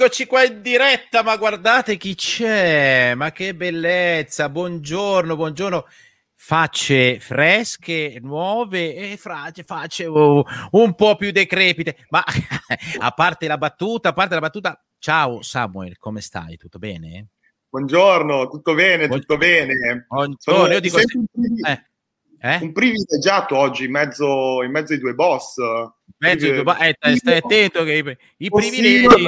Eccoci qua in diretta, ma guardate chi c'è, ma che bellezza, buongiorno, buongiorno, facce fresche, nuove e facce un po' più decrepite, ma a parte la battuta, ciao Samuel, come stai? Tutto bene? Buongiorno, tutto bene, Buon- tutto bene. Buongiorno, io Mi dico sento un eh? privilegiato oggi in mezzo ai due boss. Mezzo di due stai Io, attento che i o Simon. privilegi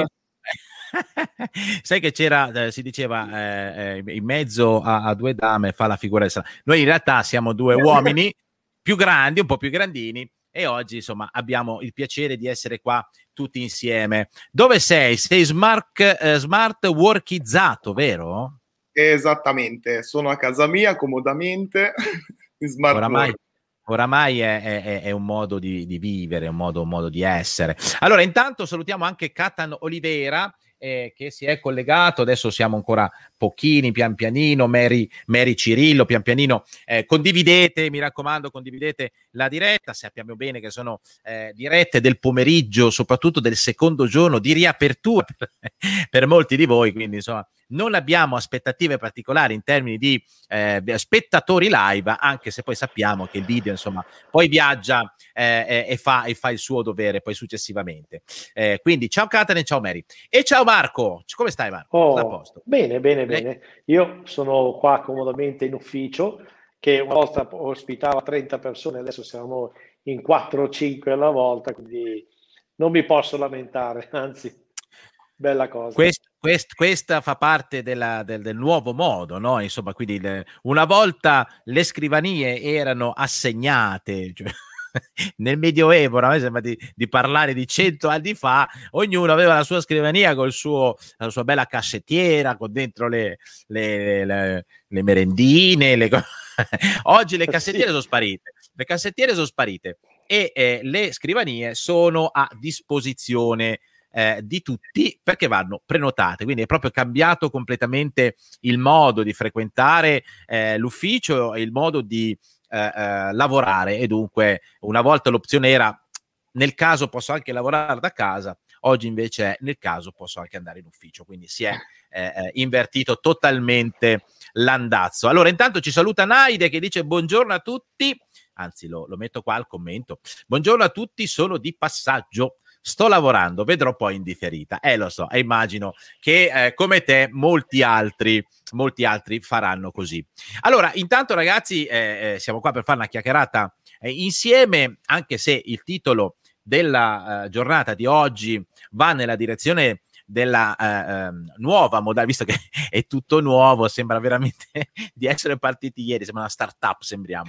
sai che c'era si diceva in mezzo a due dame fa la figura di strada. Noi in realtà siamo due uomini più grandi, un po' più grandini, e oggi insomma abbiamo il piacere di essere qua tutti insieme. Dove sei? Sei smart workizzato, vero? Esattamente, sono a casa mia comodamente in smart Oramai, work. oramai è un modo di vivere, un modo di essere. Allora, intanto salutiamo anche Catan Olivera, che si è collegato. Adesso siamo ancora pochini, pian pianino. Mary Cirillo, pian pianino. Condividete, mi raccomando, condividete la diretta. Sappiamo bene che sono dirette del pomeriggio, soprattutto del secondo giorno di riapertura per molti di voi. Quindi, insomma, non abbiamo aspettative particolari in termini di spettatori live, anche se poi sappiamo che il video insomma poi viaggia e fa il suo dovere poi successivamente. Quindi ciao Katane, ciao Mary e ciao Marco, come stai Marco? Tutto a Oh, posto? bene, bene, bene. Io sono qua comodamente in ufficio, che una volta ospitava 30 persone, adesso siamo in 4 o 5 alla volta, quindi non mi posso lamentare, anzi, bella cosa. Questa fa parte del nuovo modo, no? Insomma, quindi una volta le scrivanie erano assegnate, cioè, nel Medioevo, oramai sembra di parlare di 100 anni fa, ognuno aveva la sua scrivania con la sua bella cassettiera, con dentro le merendine. Oggi le cassettiere Sì. sono sparite, le cassettiere sono sparite e le scrivanie sono a disposizione di tutti perché vanno prenotate, quindi è proprio cambiato completamente il modo di frequentare l'ufficio e il modo di lavorare, e dunque una volta l'opzione era nel caso posso anche lavorare da casa, oggi invece è nel caso posso anche andare in ufficio, quindi si è invertito totalmente l'andazzo. Allora intanto ci saluta Naide che dice buongiorno a tutti, anzi lo metto qua al commento, buongiorno a tutti, sono di passaggio, sto lavorando, vedrò poi in differita. Lo so, e immagino che come te molti altri faranno così. Allora, intanto ragazzi, siamo qua per fare una chiacchierata insieme, anche se il titolo della giornata di oggi va nella direzione della nuova modalità, visto che è tutto nuovo, sembra veramente di essere partiti ieri, sembra una startup,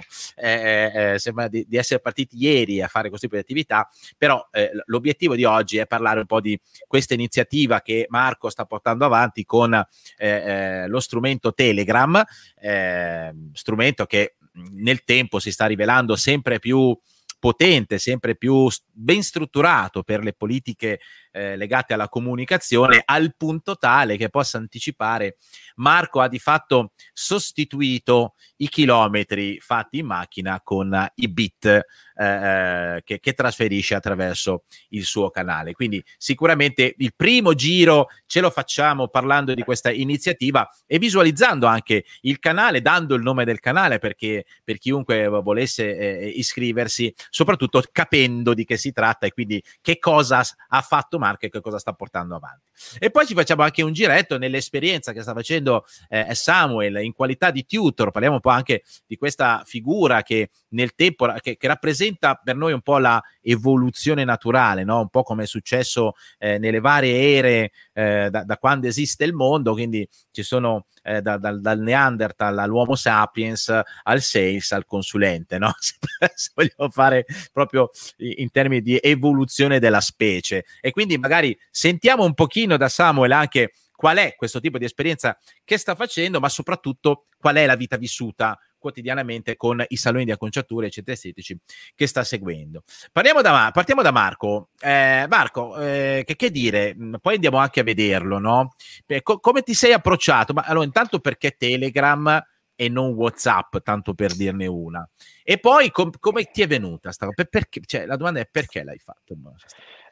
sembra di essere partiti ieri a fare questo tipo di attività, però l'obiettivo di oggi è parlare un po' di questa iniziativa che Marco sta portando avanti con lo strumento Telegram, strumento che nel tempo si sta rivelando sempre più potente, sempre più ben strutturato per le politiche legate alla comunicazione, al punto tale che possa anticipare, Marco ha di fatto sostituito i chilometri fatti in macchina con i bit che trasferisce attraverso il suo canale. Quindi sicuramente il primo giro ce lo facciamo parlando di questa iniziativa e visualizzando anche il canale, dando il nome del canale perché per chiunque volesse iscriversi, soprattutto capendo di che si tratta e quindi che cosa ha fatto Marco e che cosa sta portando avanti. E poi ci facciamo anche un giretto nell'esperienza che sta facendo Samuel in qualità di tutor, parliamo un po' anche di questa figura che nel tempo che rappresenta per noi un po' la evoluzione naturale, no? Un po' come è successo nelle varie ere da quando esiste il mondo, quindi ci sono dal Neanderthal all'Homo sapiens al sales al consulente, no? Se vogliamo fare proprio in termini di evoluzione della specie. E quindi magari sentiamo un pochino da Samuel anche qual è questo tipo di esperienza che sta facendo, ma soprattutto qual è la vita vissuta quotidianamente con i saloni di acconciature e centri estetici che sta seguendo. Partiamo da Marco. Marco, che dire? Poi andiamo anche a vederlo, no? Come ti sei approcciato? Ma allora, intanto perché Telegram e non WhatsApp, tanto per dirne una. E poi come ti è venuta? Cioè, la domanda è perché l'hai fatto?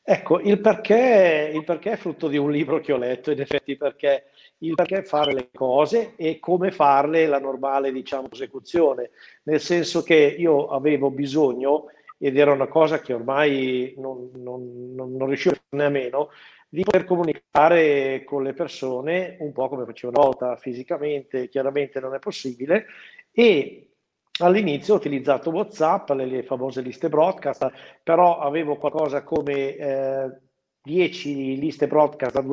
Ecco, il perché è frutto di un libro che ho letto, in effetti, perché il perché fare le cose e come farle la normale, diciamo, esecuzione. Nel senso che io avevo bisogno, ed era una cosa che ormai non riuscivo a farne a meno, di poter comunicare con le persone un po' come facevo una volta fisicamente, chiaramente non è possibile, e all'inizio ho utilizzato WhatsApp, le famose liste broadcast, però avevo qualcosa come 10 liste broadcast da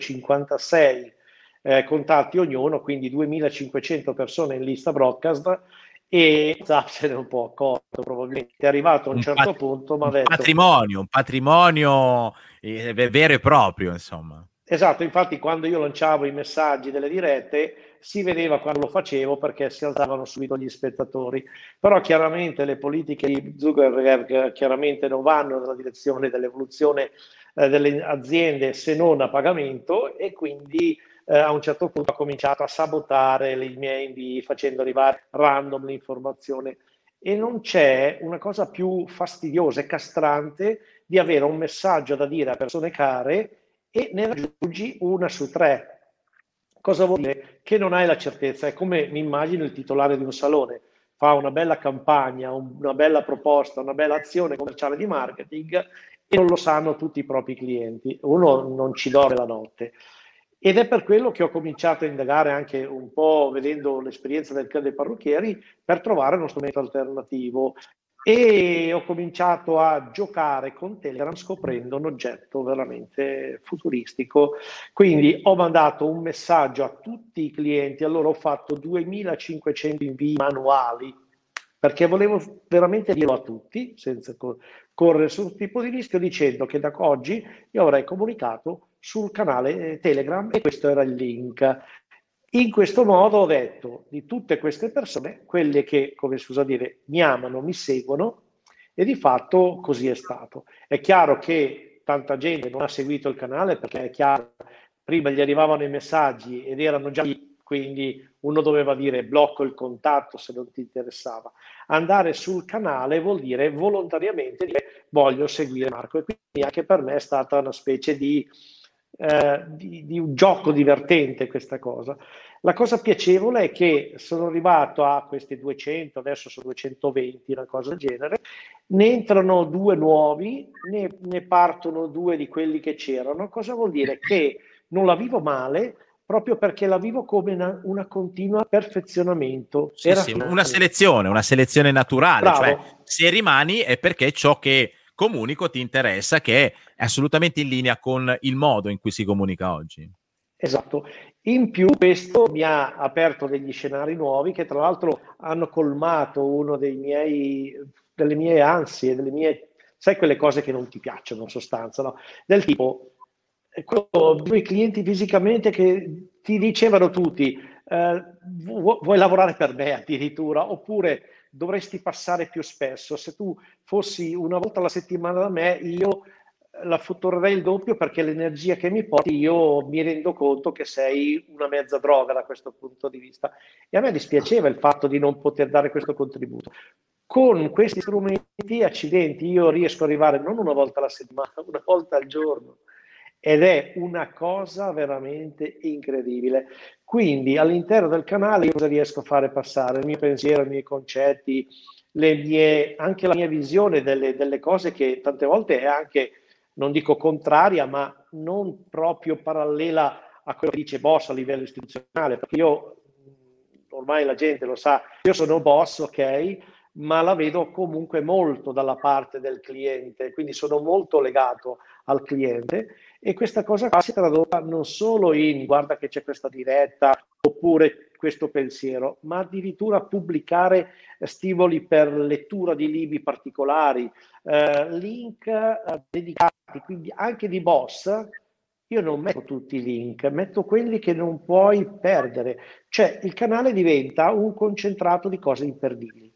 256 contatti ognuno, quindi 2500 persone in lista broadcast, e WhatsApp se ne è un po' accorto, probabilmente è arrivato a un certo punto, mi ha detto... Un patrimonio vero e proprio, insomma. Esatto, infatti quando io lanciavo i messaggi delle dirette si vedeva quando lo facevo perché si alzavano subito gli spettatori, però chiaramente le politiche di Zuckerberg chiaramente non vanno nella direzione dell'evoluzione delle aziende se non a pagamento, e quindi a un certo punto ha cominciato a sabotare i miei invii facendo arrivare random l'informazione, e non c'è una cosa più fastidiosa e castrante di avere un messaggio da dire a persone care e ne raggiungi una su tre. Cosa vuol dire? Che non hai la certezza. È come mi immagino il titolare di un salone, fa una bella campagna, una bella proposta, una bella azione commerciale di marketing e non lo sanno tutti i propri clienti. Uno non ci dorme la notte. Ed è per quello che ho cominciato a indagare anche un po' vedendo l'esperienza dei parrucchieri per trovare uno strumento alternativo, e ho cominciato a giocare con Telegram scoprendo un oggetto veramente futuristico. Quindi ho mandato un messaggio a tutti i clienti, allora ho fatto 2500 invii manuali perché volevo veramente dirlo a tutti senza correre nessun tipo di rischio, dicendo che da oggi io avrei comunicato sul canale Telegram e questo era il link. In questo modo ho detto di tutte queste persone, quelle che, come si usa dire, mi amano, mi seguono, e di fatto così è stato. È chiaro che tanta gente non ha seguito il canale perché è chiaro, prima gli arrivavano i messaggi ed erano già lì, quindi uno doveva dire blocco il contatto se non ti interessava. Andare sul canale vuol dire volontariamente dire voglio seguire Marco, e quindi anche per me è stata una specie di un gioco divertente questa cosa. La cosa piacevole è che sono arrivato a questi 200, adesso sono 220, una cosa del genere, ne entrano due nuovi, ne partono due di quelli che c'erano. Cosa vuol dire? Che non la vivo male, proprio perché la vivo come una continua perfezionamento Sì, e sì, una raffinamento. selezione naturale, cioè Bravo. se rimani è perché ciò che comunico ti interessa, che è assolutamente in linea con il modo in cui si comunica oggi. Esatto. In più questo mi ha aperto degli scenari nuovi che tra l'altro hanno colmato uno delle mie ansie, sai quelle cose che non ti piacciono in sostanza, no? Del tipo, due clienti fisicamente che ti dicevano tutti, vuoi lavorare per me addirittura, oppure dovresti passare più spesso. Se tu fossi una volta alla settimana da me, io la fatturerei il doppio perché l'energia che mi porti, io mi rendo conto che sei una mezza droga da questo punto di vista. E a me dispiaceva il fatto di non poter dare questo contributo. Con questi strumenti, accidenti, io riesco ad arrivare non una volta alla settimana, una volta al giorno. Ed è una cosa veramente incredibile. Quindi all'interno del canale io cosa riesco a fare passare? Il mio pensiero, i miei concetti, anche la mia visione delle cose che tante volte è anche, non dico contraria, ma non proprio parallela a quello che dice boss a livello istituzionale, perché io, ormai la gente lo sa, io sono boss, ok, ma la vedo comunque molto dalla parte del cliente, quindi sono molto legato al cliente, e questa cosa qua si tradotta non solo in guarda che c'è questa diretta oppure questo pensiero, ma addirittura pubblicare stimoli per lettura di libri particolari, link dedicati, quindi anche di boss. Io non metto tutti i link, metto quelli che non puoi perdere, cioè il canale diventa un concentrato di cose imperdibili.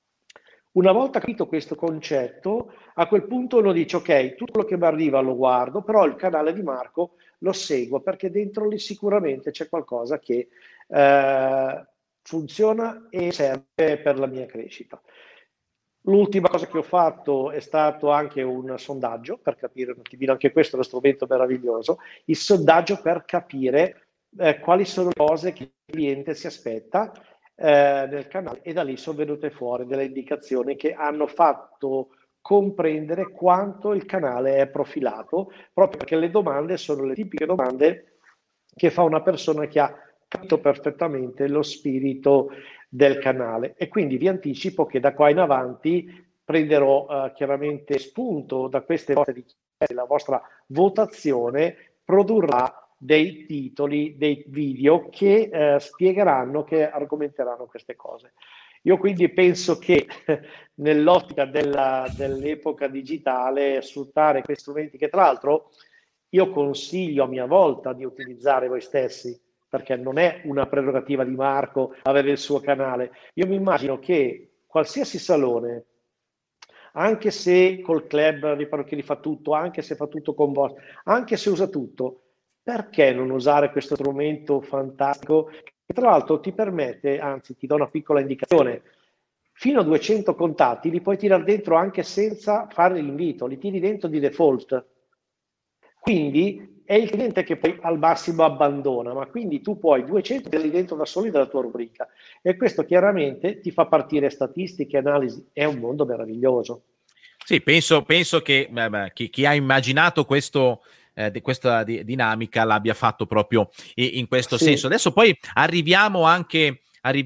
Una volta capito questo concetto, a quel punto uno dice ok, tutto quello che mi arriva lo guardo, però il canale di Marco lo seguo perché dentro lì sicuramente c'è qualcosa che funziona e serve per la mia crescita. L'ultima cosa che ho fatto è stato anche un sondaggio per capire un attimino, anche questo è uno strumento meraviglioso, il sondaggio per capire quali sono le cose che il cliente si aspetta nel canale, e da lì sono venute fuori delle indicazioni che hanno fatto comprendere quanto il canale è profilato, proprio perché le domande sono le tipiche domande che fa una persona che ha capito perfettamente lo spirito del canale. E quindi vi anticipo che da qua in avanti prenderò chiaramente spunto da queste vostre richieste, la vostra votazione produrrà dei titoli, dei video che spiegheranno, che argomenteranno queste cose. Io quindi penso che nell'ottica dell'epoca digitale sfruttare questi strumenti, che tra l'altro io consiglio a mia volta di utilizzare voi stessi, perché non è una prerogativa di Marco avere il suo canale. Io mi immagino che qualsiasi salone, anche se col club di parrucchieri fa tutto, anche se fa tutto con voi, anche se usa tutto, perché non usare questo strumento fantastico che tra l'altro ti permette, anzi ti do una piccola indicazione, fino a 200 contatti li puoi tirare dentro anche senza fare l'invito, li tiri dentro di default. Quindi è il cliente che poi al massimo abbandona, ma quindi tu puoi 200 tirarli dentro da soli dalla tua rubrica, e questo chiaramente ti fa partire statistiche, analisi, è un mondo meraviglioso. Sì, penso che chi ha immaginato questa dinamica l'abbia fatto proprio in questo senso. Adesso poi arriviamo anche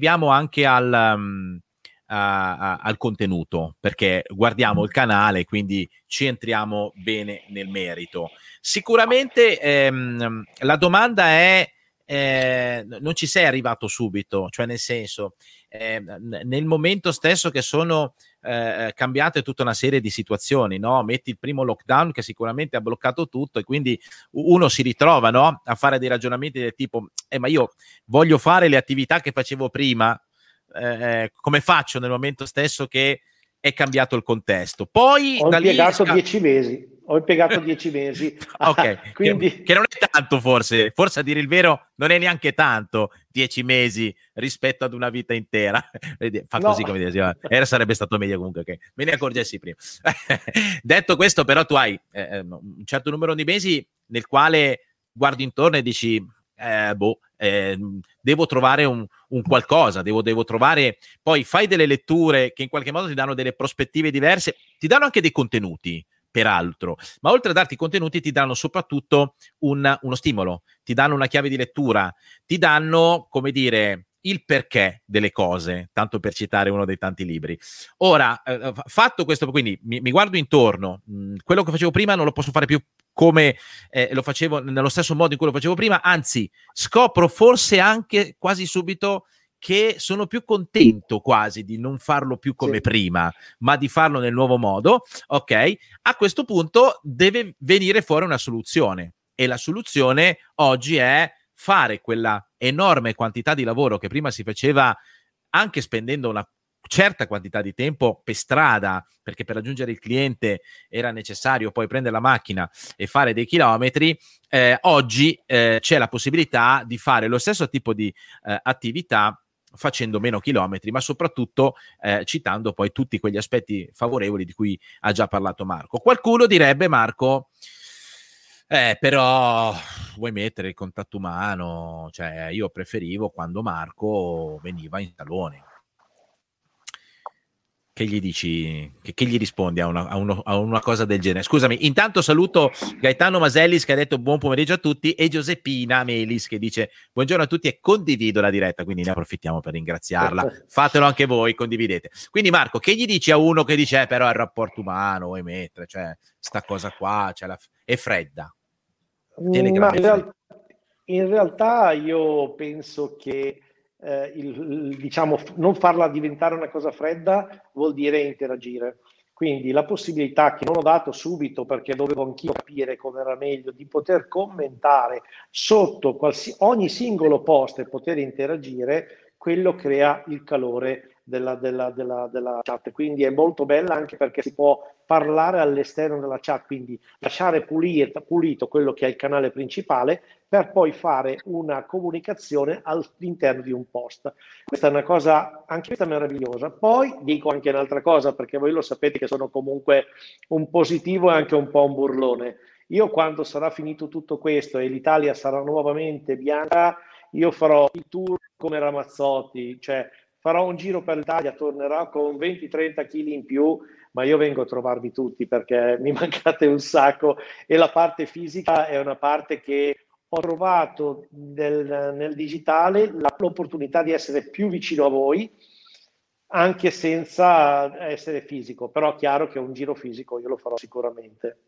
al contenuto, perché guardiamo il canale, quindi ci entriamo bene nel merito. Sicuramente la domanda è non ci sei arrivato subito, cioè nel senso nel momento stesso che sono cambiate tutta una serie di situazioni, no? Metti il primo lockdown che sicuramente ha bloccato tutto, e quindi uno si ritrova, no? A fare dei ragionamenti del tipo ma io voglio fare le attività che facevo prima, come faccio nel momento stesso che è cambiato il contesto? Poi ho da impiegato lì 10 mesi. Ho impiegato 10 mesi. ok, Quindi che non è tanto, forse a dire il vero non è neanche tanto 10 mesi rispetto ad una vita intera. Fa così, come dire, sarebbe stato meglio comunque che me ne accorgessi prima. Detto questo, però, tu hai un certo numero di mesi nel quale guardi intorno e dici devo trovare un qualcosa, devo trovare, poi fai delle letture che in qualche modo ti danno delle prospettive diverse, ti danno anche dei contenuti, peraltro, ma oltre a darti contenuti ti danno soprattutto uno stimolo, ti danno una chiave di lettura, ti danno, come dire, il perché delle cose, tanto per citare uno dei tanti libri. Ora, fatto questo, quindi mi guardo intorno, quello che facevo prima non lo posso fare più come lo facevo, nello stesso modo in cui lo facevo prima, anzi scopro forse anche quasi subito che sono più contento quasi di non farlo più come prima, ma di farlo nel nuovo modo. Ok, a questo punto deve venire fuori una soluzione, e la soluzione oggi è fare quella enorme quantità di lavoro che prima si faceva anche spendendo una certa quantità di tempo per strada, perché per raggiungere il cliente era necessario poi prendere la macchina e fare dei chilometri. Oggi c'è la possibilità di fare lo stesso tipo di attività facendo meno chilometri, ma soprattutto citando poi tutti quegli aspetti favorevoli di cui ha già parlato Marco. Qualcuno direbbe, Marco, però vuoi mettere il contatto umano? Cioè, io preferivo quando Marco veniva in salone. Che gli dici, che gli rispondi a una cosa del genere? Scusami, intanto saluto Gaetano Masellis che ha detto buon pomeriggio a tutti, e Giuseppina Melis che dice buongiorno a tutti e condivido la diretta, quindi ne approfittiamo per ringraziarla. Fatelo anche voi, condividete. Quindi Marco, che gli dici a uno che dice però il rapporto umano vuoi mettere, cioè sta cosa qua è fredda? Ma in realtà io penso che diciamo, non farla diventare una cosa fredda vuol dire interagire. Quindi la possibilità, che non ho dato subito perché dovevo anch'io capire come era meglio, di poter commentare sotto ogni singolo post e poter interagire, quello crea il calore della chat. Quindi è molto bella, anche perché si può parlare all'esterno della chat, quindi lasciare pulito quello che è il canale principale per poi fare una comunicazione all'interno di un post. Questa è una cosa, anche questa meravigliosa. Poi dico anche un'altra cosa, perché voi lo sapete che sono comunque un positivo e anche un po' un burlone. Io quando sarà finito tutto questo e l'Italia sarà nuovamente bianca, io farò il tour come Ramazzotti, cioè farò un giro per l'Italia, tornerò con 20-30 kg in più, ma io vengo a trovarvi tutti perché mi mancate un sacco e la parte fisica è una parte che ho trovato nel digitale l'opportunità di essere più vicino a voi, anche senza essere fisico, però è chiaro che un giro fisico io lo farò sicuramente.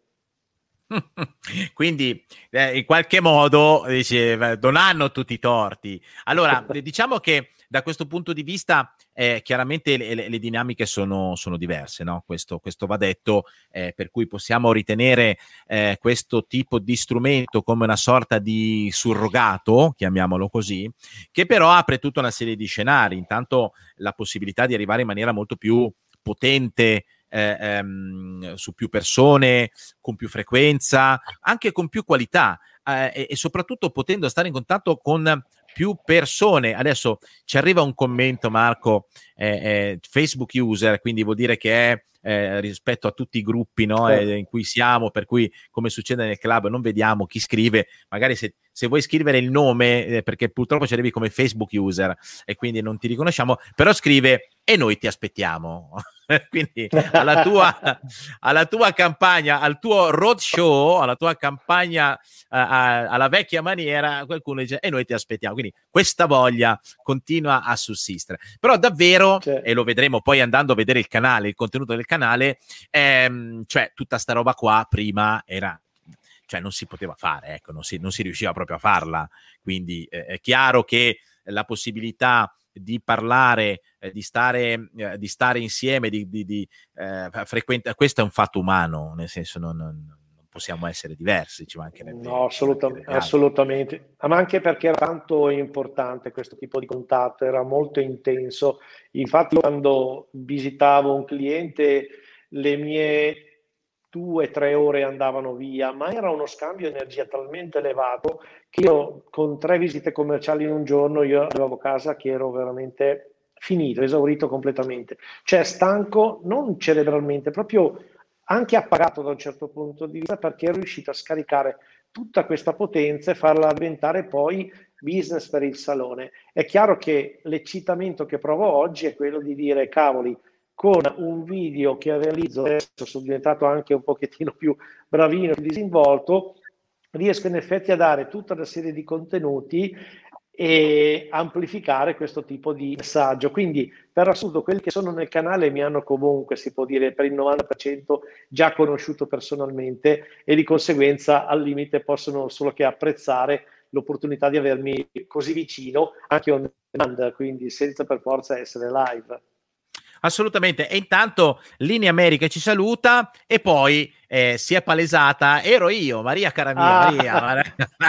Quindi in qualche modo dice, non hanno tutti i torti. Allora, diciamo che da questo punto di vista chiaramente le dinamiche sono diverse, no? Questo va detto, per cui possiamo ritenere questo tipo di strumento come una sorta di surrogato, chiamiamolo così, che però apre tutta una serie di scenari. Intanto la possibilità di arrivare in maniera molto più potente su più persone, con più frequenza, anche con più qualità e soprattutto potendo stare in contatto con più persone. Adesso ci arriva un commento, Marco, Facebook user, quindi vuol dire che è rispetto a tutti i gruppi, no, in cui siamo, per cui come succede nel club non vediamo chi scrive, magari se vuoi scrivere il nome, perché purtroppo ci arrivi come Facebook user e quindi non ti riconosciamo, però scrive e noi ti aspettiamo. Quindi alla tua campagna, al tuo roadshow, alla tua campagna alla vecchia maniera, qualcuno dice e noi ti aspettiamo. Quindi questa voglia continua a sussistere. Però davvero, e lo vedremo poi andando a vedere il canale, il contenuto del canale, cioè tutta sta roba qua prima era... cioè non si poteva fare, ecco, non si riusciva proprio a farla. Quindi è chiaro che la possibilità di parlare, di stare insieme, di frequentare, questo è un fatto umano, nel senso non possiamo essere diversi, ci mancherebbe. No, assolutamente, ma anche perché era tanto importante questo tipo di contatto, era molto intenso. Infatti quando visitavo un cliente le mie 2-3 ore andavano via, ma era uno scambio di energia talmente elevato che io con 3 visite commerciali in un giorno io arrivavo a casa che ero veramente finito, esaurito completamente, cioè stanco non cerebralmente, proprio anche appagato da un certo punto di vista, perché ero riuscito a scaricare tutta questa potenza e farla diventare poi business per il salone. È chiaro che l'eccitamento che provo oggi è quello di dire cavoli, con un video che realizzo adesso sono diventato anche un pochettino più bravino, più disinvolto, riesco in effetti a dare tutta una serie di contenuti e amplificare questo tipo di messaggio. Quindi per assurdo quelli che sono nel canale mi hanno comunque, si può dire per il 90% già conosciuto personalmente e di conseguenza al limite possono solo che apprezzare l'opportunità di avermi così vicino anche on demand, quindi senza per forza essere live. Assolutamente. E intanto Linea America ci saluta e poi si è palesata, ero io, Maria cara mia,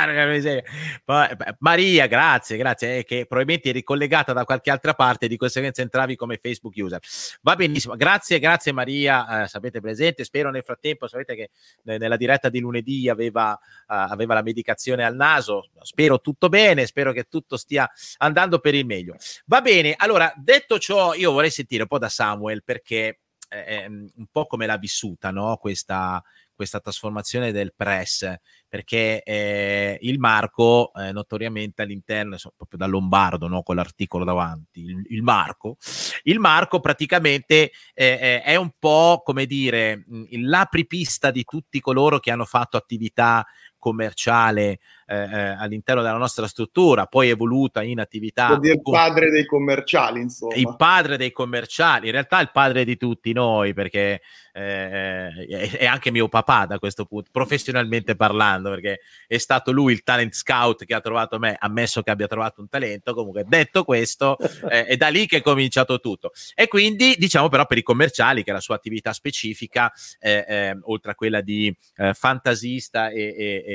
Maria, grazie, che probabilmente eri collegata da qualche altra parte, di conseguenza entravi come Facebook user. Va benissimo, grazie Maria, sapete presente, spero nel frattempo, sapete che nella diretta di lunedì aveva la medicazione al naso, spero tutto bene, spero che tutto stia andando per il meglio. Va bene, allora, detto ciò, io vorrei sentire un po' da Samuel, perché un po' come l'ha vissuta, no? Questa trasformazione del press, perché il Marco notoriamente all'interno, proprio da lombardo, no? Con l'articolo davanti, il Marco praticamente è un po', come dire, l'apripista di tutti coloro che hanno fatto attività commerciale all'interno della nostra struttura, poi evoluta in attività... Il padre dei commerciali, insomma. Il padre dei commerciali, in realtà il padre di tutti noi, perché è anche mio papà da questo punto, professionalmente parlando, perché è stato lui il talent scout che ha trovato me, ammesso che abbia trovato un talento. Comunque, detto questo, è da lì che è cominciato tutto. E quindi, diciamo però, per i commerciali, che è la sua attività specifica, oltre a quella di fantasista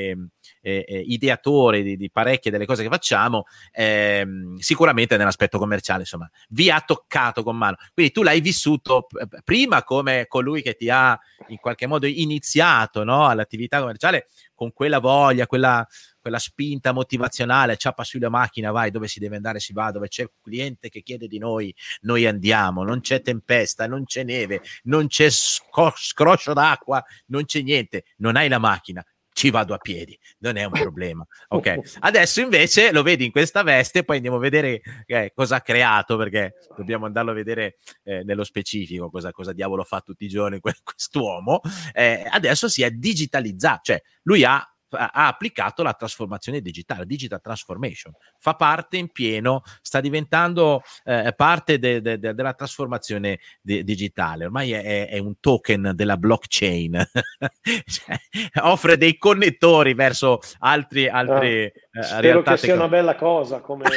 ideatore di parecchie delle cose che facciamo, sicuramente nell'aspetto commerciale, insomma, vi ha toccato con mano. Quindi tu l'hai vissuto prima come colui che ti ha in qualche modo iniziato, no, all'attività commerciale con quella voglia, quella spinta motivazionale, ciappa sulla macchina, vai, dove si deve andare si va, dove c'è il cliente che chiede di noi andiamo, non c'è tempesta, non c'è neve, non c'è scroscio d'acqua, non c'è niente, non hai la macchina, ci vado a piedi, non è un problema. Ok, adesso invece lo vedi in questa veste, poi andiamo a vedere cosa ha creato, perché dobbiamo andarlo a vedere nello specifico cosa diavolo fa tutti i giorni quest'uomo. Adesso si è digitalizzato, cioè lui ha applicato la trasformazione digitale, digital transformation, fa parte in pieno, sta diventando parte della trasformazione digitale, ormai è un token della blockchain, cioè, offre dei connettori verso altre spero che sia una bella cosa come...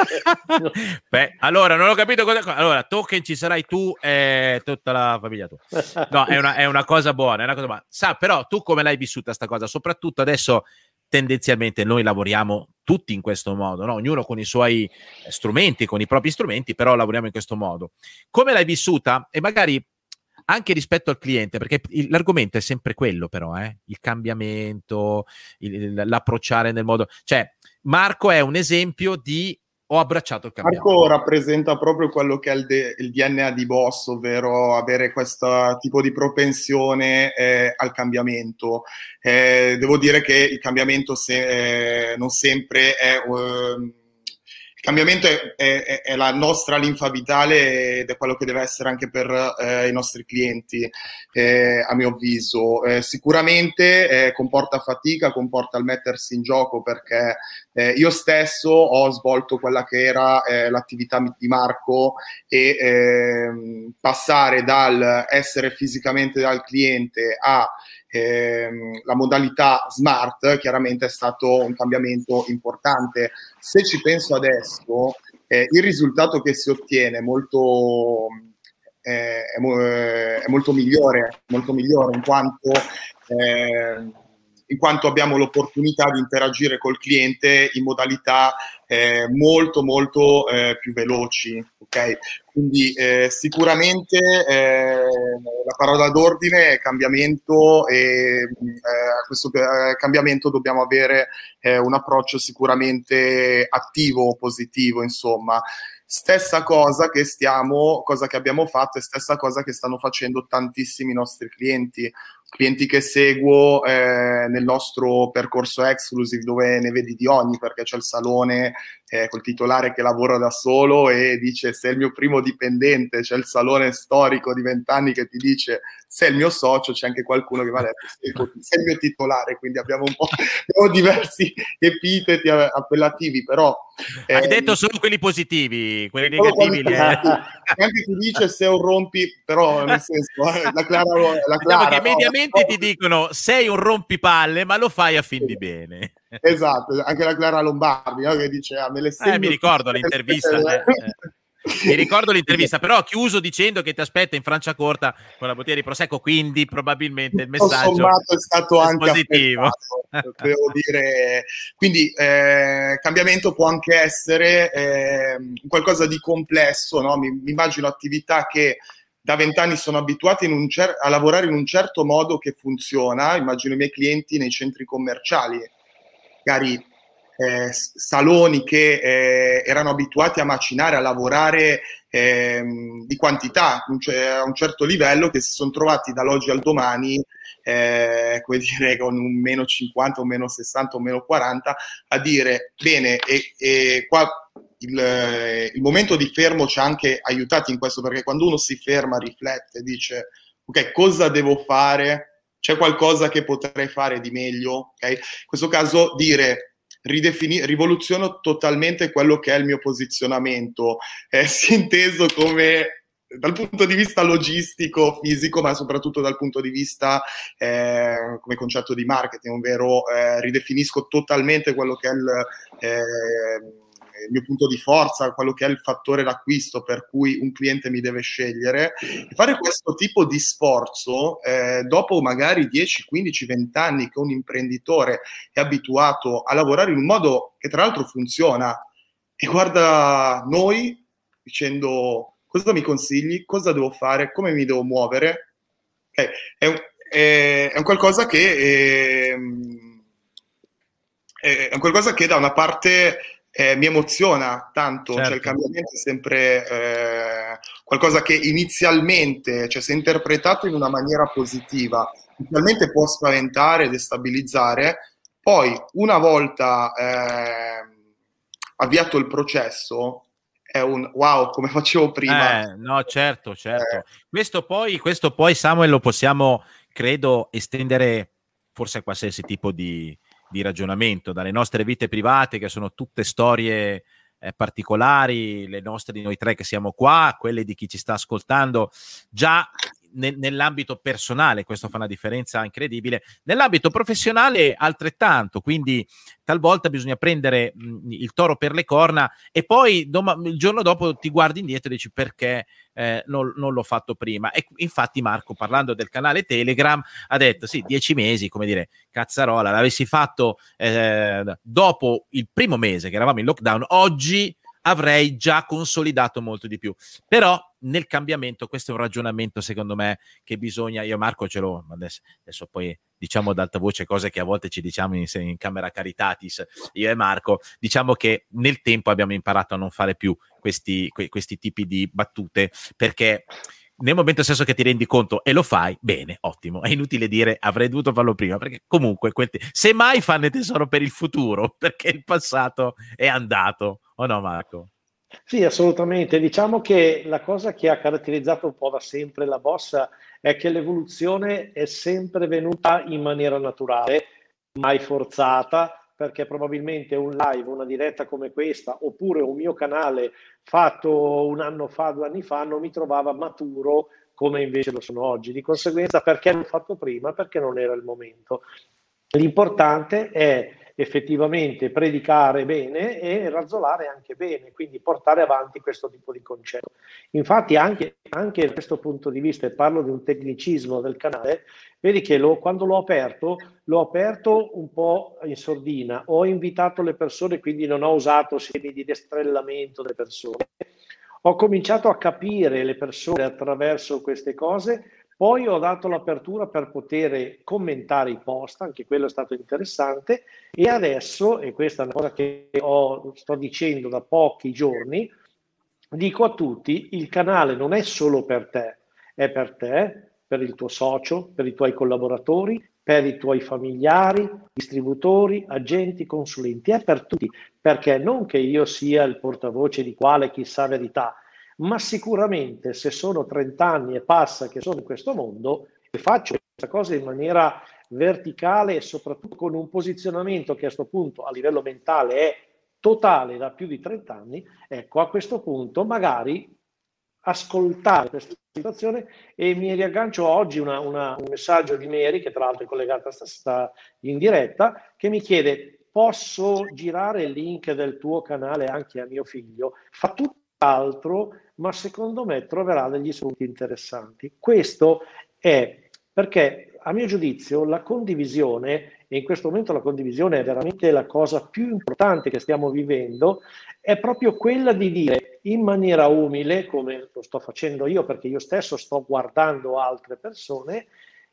Beh, allora non ho capito cosa. Allora, token ci sarai tu e tutta la famiglia tua. No, è una cosa buona, è una cosa buona. Sa, però tu come l'hai vissuta sta cosa? Soprattutto adesso tendenzialmente noi lavoriamo tutti in questo modo, no? Ognuno con i suoi strumenti, con i propri strumenti, però lavoriamo in questo modo. Come l'hai vissuta? E magari anche rispetto al cliente, perché l'argomento è sempre quello, però, il cambiamento, l'approcciare nel modo... Cioè, Marco è un esempio di ho abbracciato il cambiamento. Marco rappresenta proprio quello che è il DNA di Boss, ovvero avere questo tipo di propensione al cambiamento. Devo dire che il cambiamento non sempre è... il cambiamento è la nostra linfa vitale ed è quello che deve essere anche per i nostri clienti, a mio avviso. Sicuramente comporta fatica, comporta il mettersi in gioco, perché io stesso ho svolto quella che era l'attività di Marco e passare dal essere fisicamente dal cliente a la modalità smart chiaramente è stato un cambiamento importante. Se ci penso adesso, il risultato che si ottiene è molto migliore in quanto abbiamo l'opportunità di interagire col cliente in modalità molto più veloci, ok? Quindi sicuramente la parola d'ordine è cambiamento e a questo cambiamento dobbiamo avere un approccio sicuramente attivo, positivo, insomma. Stessa cosa che abbiamo fatto e stessa cosa che stanno facendo tantissimi nostri clienti che seguo nel nostro percorso Exclusive, dove ne vedi di ogni, perché c'è il salone col titolare che lavora da solo e dice sei il mio primo dipendente, c'è il salone storico di 20 anni che ti dice sei il mio socio, c'è anche qualcuno che va a detto sei il mio titolare, quindi abbiamo diversi epiteti appellativi, però hai detto solo quelli positivi, quelli negativi anche chi dice sei un rompi, però nel senso la Clara diciamo che mediamente ti dicono sei un rompipalle, ma lo fai a fin di bene. Esatto, anche la Clara Lombardi, no? Che dice mi ricordo l'intervista. Mi ricordo l'intervista, però chiuso dicendo che ti aspetta in Franciacorta con la bottiglia di Prosecco, quindi probabilmente il messaggio sommato è stato anche positivo. Devo dire. Quindi cambiamento può anche essere qualcosa di complesso, no? Mi immagino attività che da 20 anni sono abituati a lavorare in un certo modo che funziona. Immagino i miei clienti nei centri commerciali, magari saloni che erano abituati a macinare, a lavorare di quantità a un certo livello, che si sono trovati dall'oggi al domani come dire, con un meno 50, un meno 60, un meno 40, a dire bene, e qua il momento di fermo ci ha anche aiutati in questo, perché quando uno si ferma, riflette, dice ok, cosa devo fare? C'è qualcosa che potrei fare di meglio? Okay? In questo caso dire rivoluziono totalmente quello che è il mio posizionamento, sia inteso come dal punto di vista logistico, fisico, ma soprattutto dal punto di vista come concetto di marketing, ovvero ridefinisco totalmente quello che è il mio punto di forza, quello che è il fattore d'acquisto per cui un cliente mi deve scegliere. E fare questo tipo di sforzo, dopo magari 10, 15, 20 anni che un imprenditore è abituato a lavorare in un modo che tra l'altro funziona, e guarda noi dicendo: cosa mi consigli, cosa devo fare, come mi devo muovere? È un qualcosa che è un qualcosa che da una parte mi emoziona tanto, certo. Cioè il cambiamento è sempre qualcosa che inizialmente, cioè se interpretato in una maniera positiva, inizialmente può spaventare, destabilizzare, poi una volta avviato il processo è un wow, come facevo prima. No, certo. Questo poi, Samuel, lo possiamo, credo, estendere forse a qualsiasi tipo di ragionamento, dalle nostre vite private, che sono tutte storie particolari, le nostre di noi tre che siamo qua, quelle di chi ci sta ascoltando, già nell'ambito personale, questo fa una differenza incredibile, nell'ambito professionale altrettanto, quindi talvolta bisogna prendere il toro per le corna e poi il giorno dopo ti guardi indietro e dici perché non l'ho fatto prima. E infatti Marco, parlando del canale Telegram, ha detto sì, 10 mesi, come dire, cazzarola, l'avessi fatto dopo il primo mese che eravamo in lockdown, oggi avrei già consolidato molto di più. Però nel cambiamento, questo è un ragionamento secondo me che bisogna, io e Marco ce l'ho, adesso poi diciamo ad alta voce cose che a volte ci diciamo in camera caritatis, io e Marco, diciamo che nel tempo abbiamo imparato a non fare più questi tipi di battute, perché nel momento stesso che ti rendi conto e lo fai, bene, ottimo, è inutile dire avrei dovuto farlo prima, perché comunque semmai fanno tesoro per il futuro, perché il passato è andato, o no Marco? Sì, assolutamente. Diciamo che la cosa che ha caratterizzato un po' da sempre la Bossa è che l'evoluzione è sempre venuta in maniera naturale, mai forzata, perché probabilmente un live, una diretta come questa, oppure un mio canale fatto un anno fa, 2 anni fa, non mi trovava maturo come invece lo sono oggi. Di conseguenza, perché l'ho fatto prima? Perché non era il momento. L'importante è effettivamente predicare bene e razzolare anche bene, quindi portare avanti questo tipo di concetto. Infatti anche da questo punto di vista, e parlo di un tecnicismo del canale, vedi che quando l'ho aperto un po' in sordina, ho invitato le persone, quindi non ho usato semi di destrellamento delle persone, ho cominciato a capire le persone attraverso queste cose. Poi ho dato l'apertura per poter commentare i post, anche quello è stato interessante, e adesso, e questa è una cosa che sto dicendo da pochi giorni, dico a tutti, il canale non è solo per te, è per te, per il tuo socio, per i tuoi collaboratori, per i tuoi familiari, distributori, agenti, consulenti, è per tutti, perché non che io sia il portavoce di quale chissà verità, ma sicuramente se sono 30 anni e passa che sono in questo mondo e faccio questa cosa in maniera verticale e soprattutto con un posizionamento che a questo punto a livello mentale è totale da più di 30 anni, ecco, a questo punto magari ascoltare questa situazione. E mi riaggancio oggi un messaggio di Mary, che tra l'altro è collegata sta in diretta, che mi chiede: posso girare il link del tuo canale anche a mio figlio? Fa tutt'altro, ma secondo me troverà degli spunti interessanti. Questo è perché, a mio giudizio, la condivisione, e in questo momento la condivisione è veramente la cosa più importante che stiamo vivendo, è proprio quella di dire in maniera umile, come lo sto facendo io, perché io stesso sto guardando altre persone,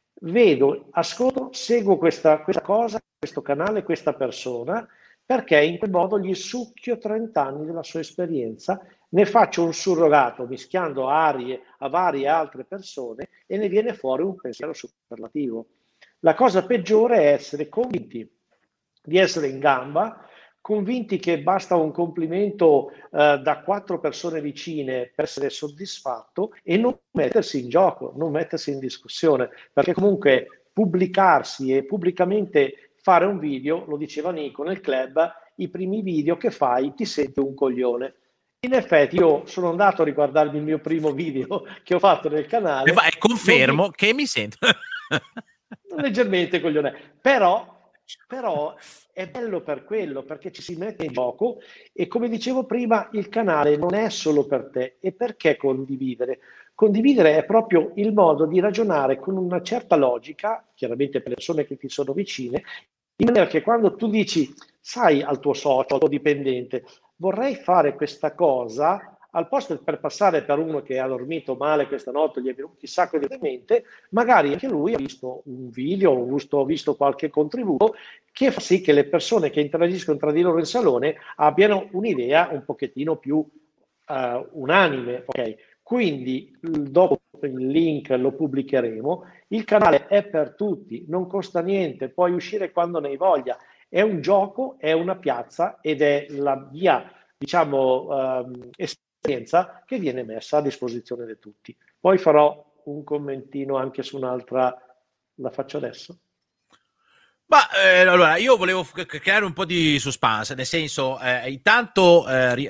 vedo, ascolto, seguo questa cosa, questo canale, questa persona, perché in quel modo gli succhio 30 anni della sua esperienza, ne faccio un surrogato mischiando arie a varie altre persone e ne viene fuori un pensiero superlativo. La cosa peggiore è essere convinti di essere in gamba, convinti che basta un complimento da 4 persone vicine per essere soddisfatto e non mettersi in gioco, non mettersi in discussione, perché comunque pubblicarsi e pubblicamente fare un video, lo diceva Nico nel club, i primi video che fai ti senti un coglione. In effetti io sono andato a riguardarmi il mio primo video che ho fatto nel canale E confermo che mi sento leggermente coglione, però però è bello per quello, perché ci si mette in gioco e, come dicevo prima, il canale non è solo per te. E perché condividere? Condividere è proprio il modo di ragionare con una certa logica, chiaramente per le persone che ti sono vicine, in maniera che quando tu dici, sai, al tuo socio, al tuo dipendente, vorrei fare questa cosa, al posto per passare per uno che ha dormito male questa notte, gli è venuto un sacco di mente, magari anche lui ha visto un video, ha visto qualche contributo che fa sì che le persone che interagiscono tra di loro in salone abbiano un'idea un pochettino più unanime. Ok? Quindi dopo il link lo pubblicheremo, il canale è per tutti, non costa niente, puoi uscire quando ne hai voglia, è un gioco, è una piazza ed è la via, diciamo, esperienza che viene messa a disposizione di tutti. Poi farò un commentino anche su un'altra, la faccio adesso. Ma allora io volevo creare un po' di suspense, nel senso, intanto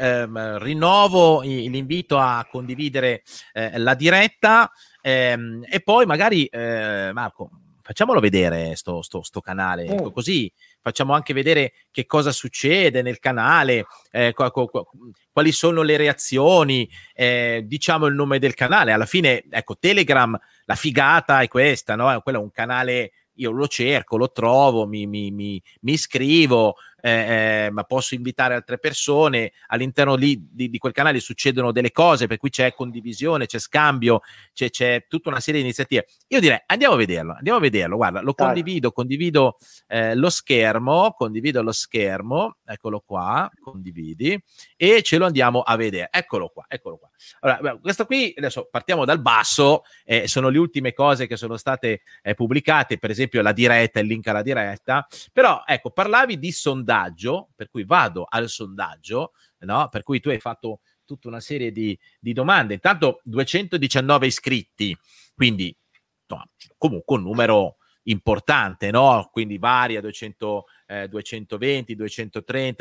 rinnovo l'invito a condividere la diretta, e poi magari Marco, facciamolo vedere sto canale, così facciamo anche vedere che cosa succede nel canale, quali sono le reazioni, diciamo il nome del canale. Alla fine, ecco, Telegram, la figata è questa, no? Quello è un canale, io lo cerco, lo trovo, mi iscrivo, ma posso invitare altre persone. All'interno di quel canale succedono delle cose, per cui c'è condivisione, c'è scambio, c'è tutta una serie di iniziative. Io direi andiamo a vederlo. Guarda, lo condivido lo schermo, eccolo qua, condividi, e ce lo andiamo a vedere. Eccolo qua. Allora, questo qui, adesso partiamo dal basso, sono le ultime cose che sono state pubblicate, per esempio la diretta, il link alla diretta. Però ecco, parlavi di sondaggio, per cui vado al sondaggio, no? Per cui tu hai fatto tutta una serie di domande. Intanto 219 iscritti, quindi no, comunque un numero importante, no? Quindi varia 220, 230,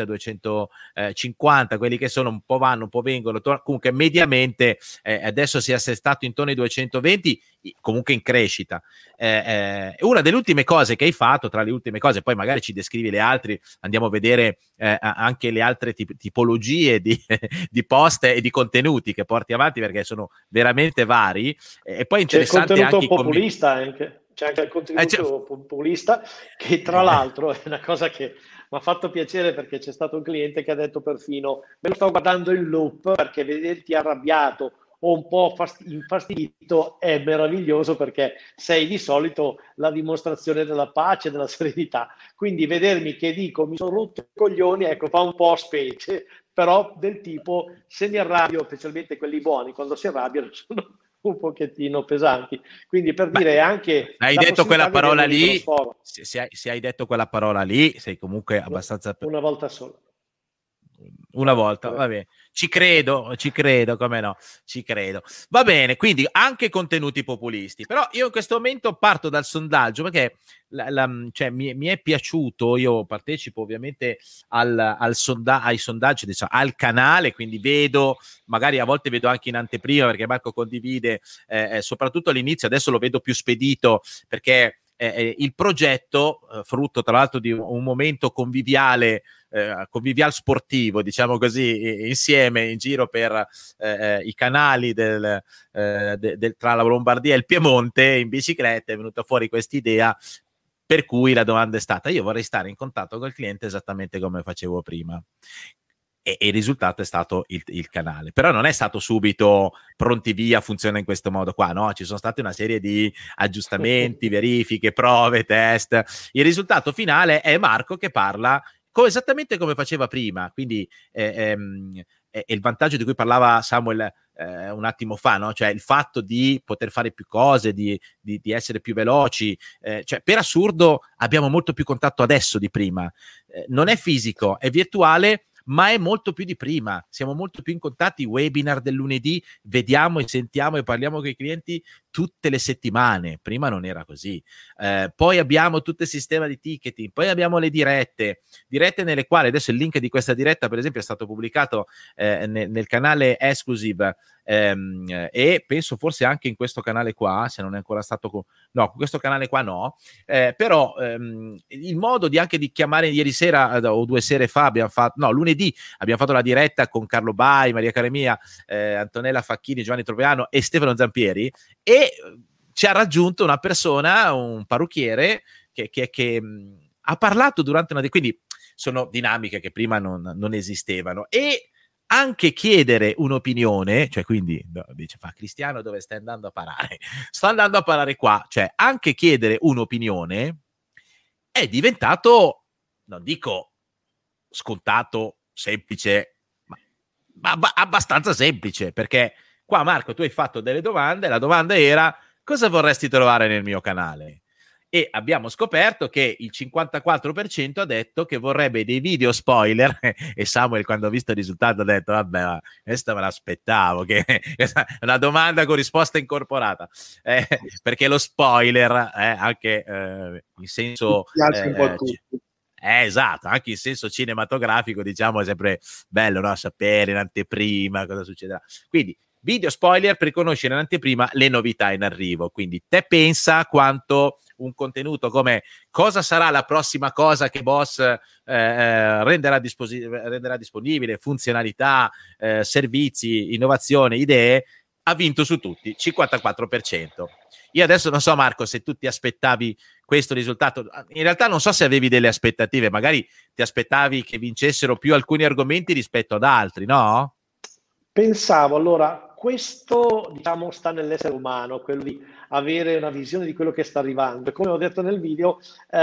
250, quelli che sono un po' vanno, un po' vengono, comunque mediamente adesso si è assestato intorno ai 220, comunque in crescita. Una delle ultime cose che hai fatto, tra le ultime cose, poi magari ci descrivi le altre, andiamo a vedere anche le altre tipologie di post e di contenuti che porti avanti, perché sono veramente vari, e poi interessante c'è il contenuto anche populista anche. C'è anche il contenuto populista, che tra l'altro è una cosa che mi ha fatto piacere, perché c'è stato un cliente che ha detto perfino: me lo sto guardando in loop perché vederti arrabbiato o un po' infastidito è meraviglioso, perché sei di solito la dimostrazione della pace, della serenità. Quindi vedermi che dico mi sono rotto i coglioni, ecco, fa un po' specie, però del tipo, se mi arrabbio, specialmente quelli buoni, quando si arrabbiano sono un pochettino pesanti. Quindi, per dire, anche hai detto quella parola lì, se hai detto quella parola lì, sei comunque abbastanza una volta sola. Una volta, va bene. Ci credo, come no, ci credo. Va bene, quindi anche contenuti populisti. Però io in questo momento parto dal sondaggio, perché cioè, mi è piaciuto. Io partecipo ovviamente ai sondaggi, diciamo, al canale, quindi vedo, magari a volte vedo anche in anteprima, perché Marco condivide, soprattutto all'inizio. Adesso lo vedo più spedito, perché il progetto, frutto tra l'altro di un momento convivial sportivo, diciamo così, insieme in giro per i canali tra la Lombardia e il Piemonte in bicicletta, è venuta fuori questa idea, per cui la domanda è stata: io vorrei stare in contatto col cliente esattamente come facevo prima. E il risultato è stato il canale. Però non è stato subito pronti via, funziona in questo modo qua, no? Ci sono state una serie di aggiustamenti, verifiche, prove, test. Il risultato finale è Marco che parla esattamente come faceva prima, quindi è il vantaggio di cui parlava Samuel un attimo fa, no? Cioè il fatto di poter fare più cose, di essere più veloci, cioè per assurdo abbiamo molto più contatto adesso di prima, non è fisico, è virtuale, ma è molto più di prima, siamo molto più in contatti. Webinar del lunedì, vediamo e sentiamo e parliamo con i clienti tutte le settimane, prima non era così. Poi abbiamo tutto il sistema di ticketing, poi abbiamo le dirette nelle quali adesso il link di questa diretta per esempio è stato pubblicato nel canale Exclusive, e penso forse anche in questo canale qua, se non è ancora stato no, questo canale qua no, però il modo anche di chiamare ieri sera o 2 sere fa abbiamo fatto, no, lunedì abbiamo fatto la diretta con Carlo Bai, Maria Caremia, Antonella Facchini, Giovanni Troviano e Stefano Zampieri, e ci ha raggiunto una persona, un parrucchiere che ha parlato durante una quindi sono dinamiche che prima non esistevano. E anche chiedere un'opinione, cioè quindi dice, fa Cristiano, dove stai andando a parare? Sto andando a parare qua, cioè anche chiedere un'opinione è diventato, non dico scontato, semplice, ma abbastanza semplice, perché qua Marco tu hai fatto delle domande, la domanda era cosa vorresti trovare nel mio canale? E abbiamo scoperto che il 54% ha detto che vorrebbe dei video spoiler e Samuel quando ha visto il risultato ha detto vabbè, questa me l'aspettavo, che è una domanda con risposta incorporata, perché lo spoiler anche in senso piace un po' a tutti. Esatto, anche in senso cinematografico diciamo è sempre bello, no? Sapere in anteprima cosa succederà, quindi video spoiler per conoscere in anteprima le novità in arrivo. Quindi te pensa quanto un contenuto come cosa sarà la prossima cosa che Boss renderà disponibile, funzionalità, servizi, innovazione, idee, ha vinto su tutti, 54%. Io adesso non so Marco se tu ti aspettavi questo risultato, in realtà non so se avevi delle aspettative, magari ti aspettavi che vincessero più alcuni argomenti rispetto ad altri, no? Pensavo, allora, questo diciamo sta nell'essere umano, quello di avere una visione di quello che sta arrivando. E come ho detto nel video,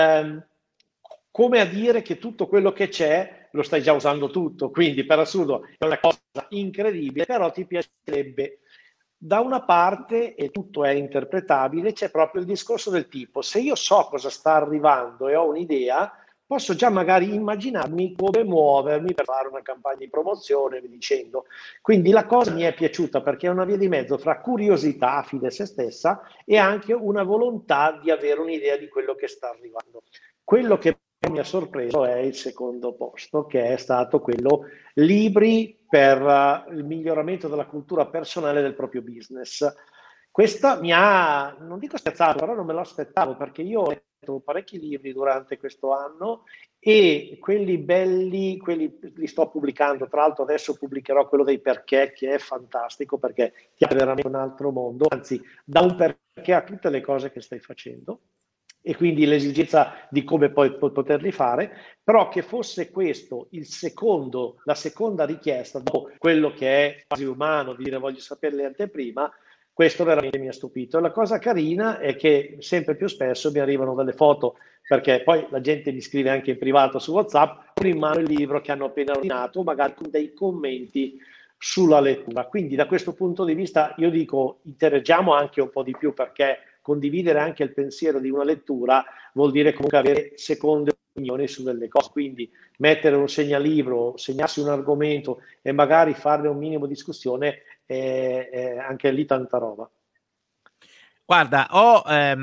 come a dire che tutto quello che c'è lo stai già usando tutto, quindi per assurdo è una cosa incredibile, però ti piacerebbe. Da una parte, e tutto è interpretabile, c'è proprio il discorso del tipo, se io so cosa sta arrivando e ho un'idea, posso già magari immaginarmi come muovermi per fare una campagna di promozione, vi dicendo. Quindi la cosa mi è piaciuta perché è una via di mezzo fra curiosità, fine a se stessa, e anche una volontà di avere un'idea di quello che sta arrivando. Quello che mi ha sorpreso è il secondo posto, che è stato quello libri per il miglioramento della cultura personale del proprio business. Questa mi ha, non dico spiazzato, però non me lo aspettavo, perché io ho letto parecchi libri durante questo anno e quelli belli, quelli li sto pubblicando. Tra l'altro adesso pubblicherò quello dei perché, che è fantastico, perché ti apre veramente un altro mondo, anzi dà un perché a tutte le cose che stai facendo e quindi l'esigenza di come poi poterli fare, però che fosse questo la seconda richiesta, dopo quello che è quasi umano, di dire voglio sapere le anteprima, questo veramente mi ha stupito. La cosa carina è che sempre più spesso mi arrivano delle foto, perché poi la gente mi scrive anche in privato su WhatsApp, con in mano il libro che hanno appena ordinato, magari con dei commenti sulla lettura. Quindi da questo punto di vista io dico interagiamo anche un po' di più, perché condividere anche il pensiero di una lettura vuol dire comunque avere seconde opinioni su delle cose, quindi mettere un segnalibro, segnarsi un argomento e magari farne un minimo discussione è anche lì tanta roba. Guarda, ho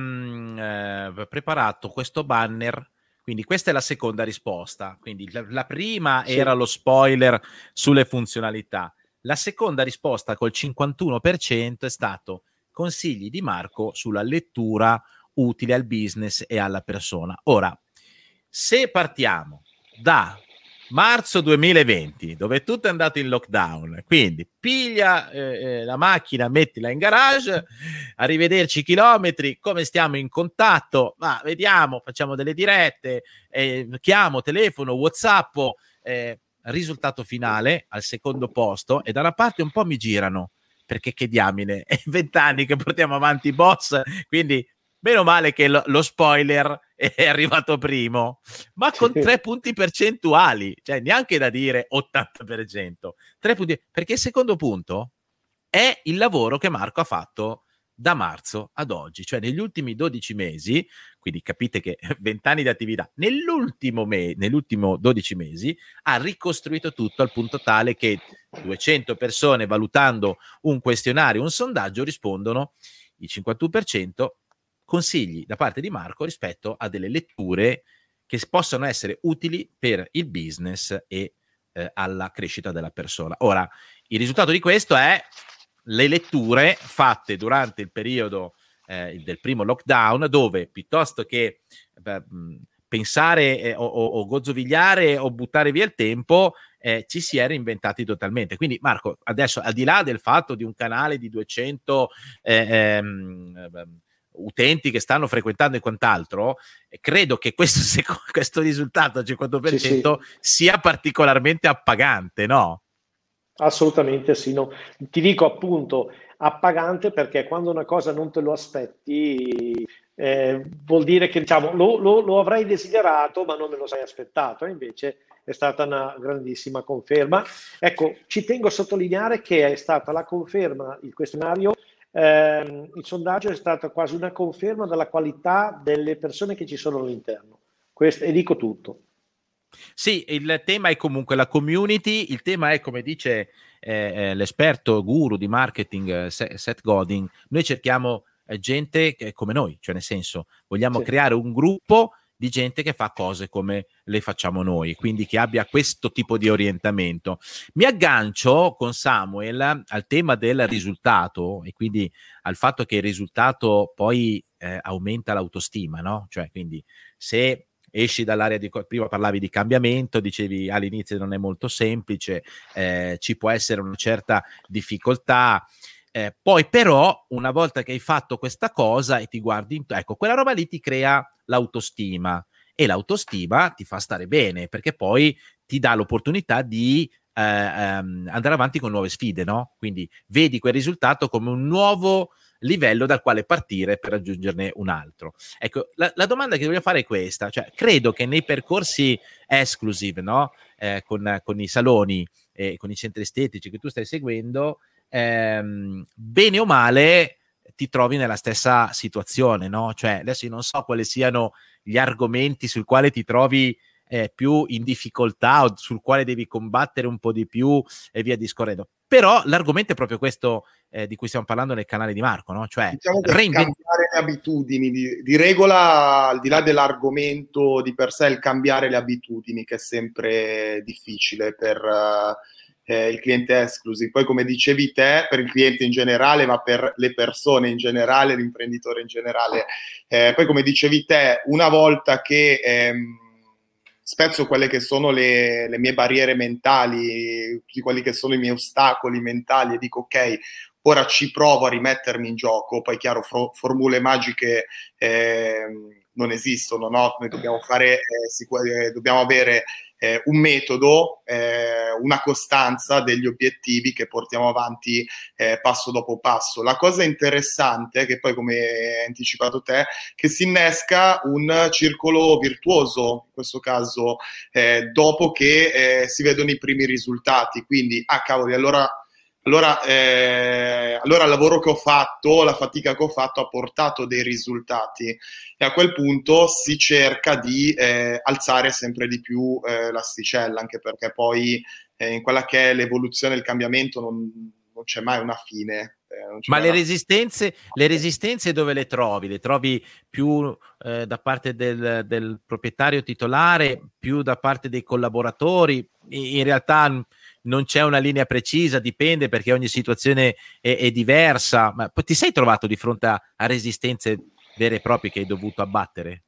preparato questo banner, quindi questa è la seconda risposta, quindi la prima era lo spoiler sulle funzionalità, la seconda risposta col 51% è stato consigli di Marco sulla lettura utile al business e alla persona. Ora, se partiamo da marzo 2020, dove tutto è andato in lockdown, quindi piglia la macchina, mettila in garage, arrivederci chilometri, come stiamo in contatto, ma vediamo, facciamo delle dirette, chiamo, telefono, WhatsApp, risultato finale al secondo posto, e da una parte un po' mi girano, perché che diamine, è 20 anni che portiamo avanti Boss, quindi meno male che lo spoiler è arrivato primo, ma con 3 punti percentuali, cioè neanche da dire 80%, 3 punti, perché il secondo punto è il lavoro che Marco ha fatto da marzo ad oggi, cioè negli ultimi 12 mesi, quindi capite che 20 anni di attività, nell'ultimo 12 mesi ha ricostruito tutto al punto tale che 200 persone valutando un questionario, un sondaggio, rispondono il 51%, consigli da parte di Marco rispetto a delle letture che possono essere utili per il business e alla crescita della persona. Ora, il risultato di questo è le letture fatte durante il periodo del primo lockdown, dove piuttosto che pensare o gozzovigliare o buttare via il tempo, ci si è reinventati totalmente. Quindi Marco, adesso al di là del fatto di un canale di 200 utenti che stanno frequentando e quant'altro, credo che questo risultato al 50% sia particolarmente appagante, no? Assolutamente sì, no. Ti dico appunto appagante perché quando una cosa non te lo aspetti vuol dire che diciamo lo avrei desiderato ma non me lo sei aspettato, e invece è stata una grandissima conferma. Ecco, ci tengo a sottolineare che è stata la conferma, il questionario, il sondaggio è stata quasi una conferma della qualità delle persone che ci sono all'interno. Questo, e dico tutto. Sì, il tema è comunque la community, il tema è, come dice l'esperto guru di marketing Seth Godin, noi cerchiamo gente come noi, cioè nel senso vogliamo creare un gruppo di gente che fa cose come le facciamo noi, quindi che abbia questo tipo di orientamento. Mi aggancio con Samuel al tema del risultato e quindi al fatto che il risultato poi aumenta l'autostima, no? Cioè, quindi se esci dall'area di... Prima parlavi di cambiamento, dicevi all'inizio non è molto semplice, ci può essere una certa difficoltà, poi però una volta che hai fatto questa cosa e ti guardi, ecco, quella roba lì ti crea l'autostima e l'autostima ti fa stare bene perché poi ti dà l'opportunità di andare avanti con nuove sfide, no? Quindi vedi quel risultato come un nuovo livello dal quale partire per raggiungerne un altro. Ecco, la domanda che voglio fare è questa, cioè credo che nei percorsi exclusive, no? Con i saloni e con i centri estetici che tu stai seguendo, bene o male ti trovi nella stessa situazione, no? Cioè adesso io non so quali siano gli argomenti sul quale ti trovi più in difficoltà o sul quale devi combattere un po' di più e via discorrendo. Però l'argomento è proprio questo di cui stiamo parlando nel canale di Marco, no? Cioè diciamo che cambiare le abitudini, di regola, al di là dell'argomento di per sé, il cambiare le abitudini, che è sempre difficile per il cliente exclusive. Poi, come dicevi te, per il cliente in generale, ma per le persone in generale, l'imprenditore in generale. Poi, come dicevi te, una volta che spezzo quelle che sono le mie barriere mentali, tutti quelli che sono i miei ostacoli mentali, e dico ok, ora ci provo a rimettermi in gioco. Poi chiaro, formule magiche non esistono, no? Noi dobbiamo fare, dobbiamo avere un metodo, una costanza, degli obiettivi che portiamo avanti passo dopo passo. La cosa interessante è che poi, come hai anticipato te, che si innesca un circolo virtuoso, in questo caso, dopo che si vedono i primi risultati. Quindi, cavoli, allora il lavoro che ho fatto, la fatica che ho fatto ha portato dei risultati, e a quel punto si cerca di alzare sempre di più l'asticella, anche perché poi in quella che è l'evoluzione e il cambiamento non c'è mai una fine. Ma le resistenze dove le trovi? Le trovi più da parte del proprietario titolare, più da parte dei collaboratori? In realtà non c'è una linea precisa, dipende perché ogni situazione è diversa. Ma ti sei trovato di fronte a resistenze vere e proprie che hai dovuto abbattere?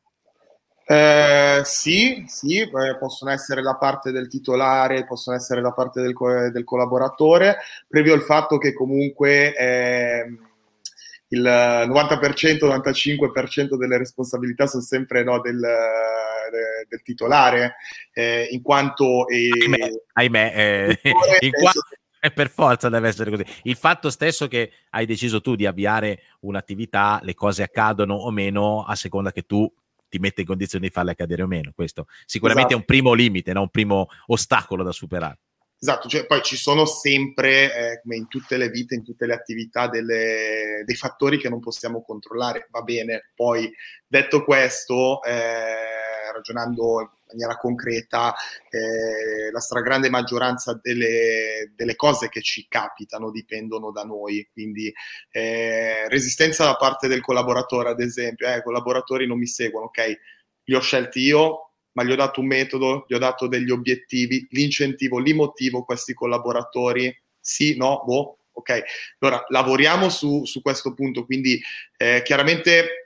Sì, possono essere da parte del titolare, possono essere da parte del collaboratore, previo il fatto che comunque il 90%, 95% delle responsabilità sono sempre del titolare, in quanto ahimè, per forza deve essere così. Il fatto stesso che hai deciso tu di avviare un'attività, le cose accadono o meno a seconda che tu ti mette in condizione di farle accadere o meno. Questo sicuramente è un primo limite, no? Un primo ostacolo da superare. Esatto, cioè, poi ci sono sempre, come in tutte le vite, in tutte le attività, dei fattori che non possiamo controllare, va bene. Poi, detto questo, ragionando in maniera concreta, la stragrande maggioranza delle cose che ci capitano dipendono da noi, quindi resistenza da parte del collaboratore, ad esempio, i collaboratori non mi seguono, ok, li ho scelti io, ma gli ho dato un metodo, gli ho dato degli obiettivi, l'incentivo, li motivo questi collaboratori, sì, no, boh, ok. Allora, lavoriamo su questo punto, quindi chiaramente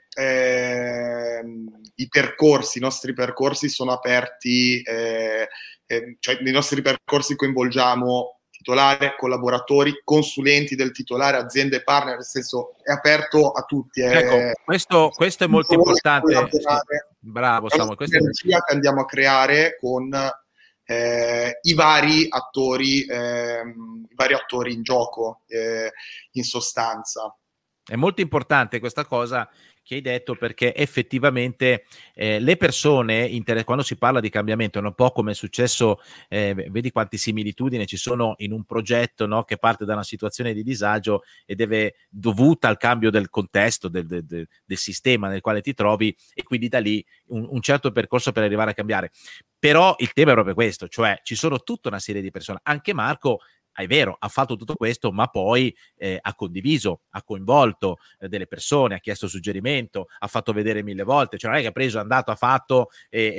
i nostri percorsi sono aperti, cioè nei nostri percorsi coinvolgiamo titolare, collaboratori, consulenti del titolare, aziende partner, nel senso è aperto a tutti. Ecco, questo è molto importante. Sì. Bravo Samuel. Questa energia che andiamo a creare con i vari attori in gioco, in sostanza. È molto importante questa cosa che hai detto, perché effettivamente le persone, quando si parla di cambiamento, è un po' come è successo, vedi quante similitudini ci sono in un progetto, no, che parte da una situazione di disagio e dovuta al cambio del contesto, del sistema nel quale ti trovi, e quindi da lì un certo percorso per arrivare a cambiare. Però il tema è proprio questo, cioè ci sono tutta una serie di persone, anche Marco, è vero, ha fatto tutto questo, ma poi ha condiviso, ha coinvolto delle persone, ha chiesto suggerimento, ha fatto vedere 1000 volte, cioè non è che ha preso, è andato, ha fatto,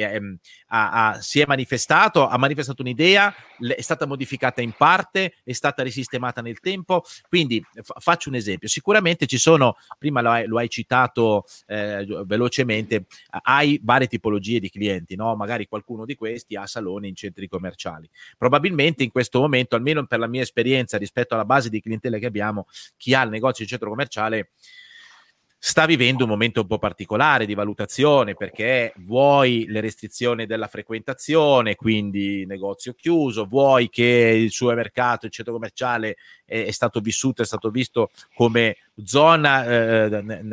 si è manifestato, ha manifestato un'idea, è stata modificata in parte, è stata risistemata nel tempo. Quindi faccio un esempio, sicuramente ci sono, prima lo hai citato velocemente, hai varie tipologie di clienti, no? Magari qualcuno di questi ha saloni in centri commerciali. Probabilmente in questo momento, almeno per la mia esperienza rispetto alla base di clientela che abbiamo, chi ha il negozio in centro commerciale sta vivendo un momento un po' particolare di valutazione, perché vuoi le restrizioni della frequentazione, quindi negozio chiuso, vuoi che il suo mercato, il centro commerciale è stato vissuto, è stato visto come zona,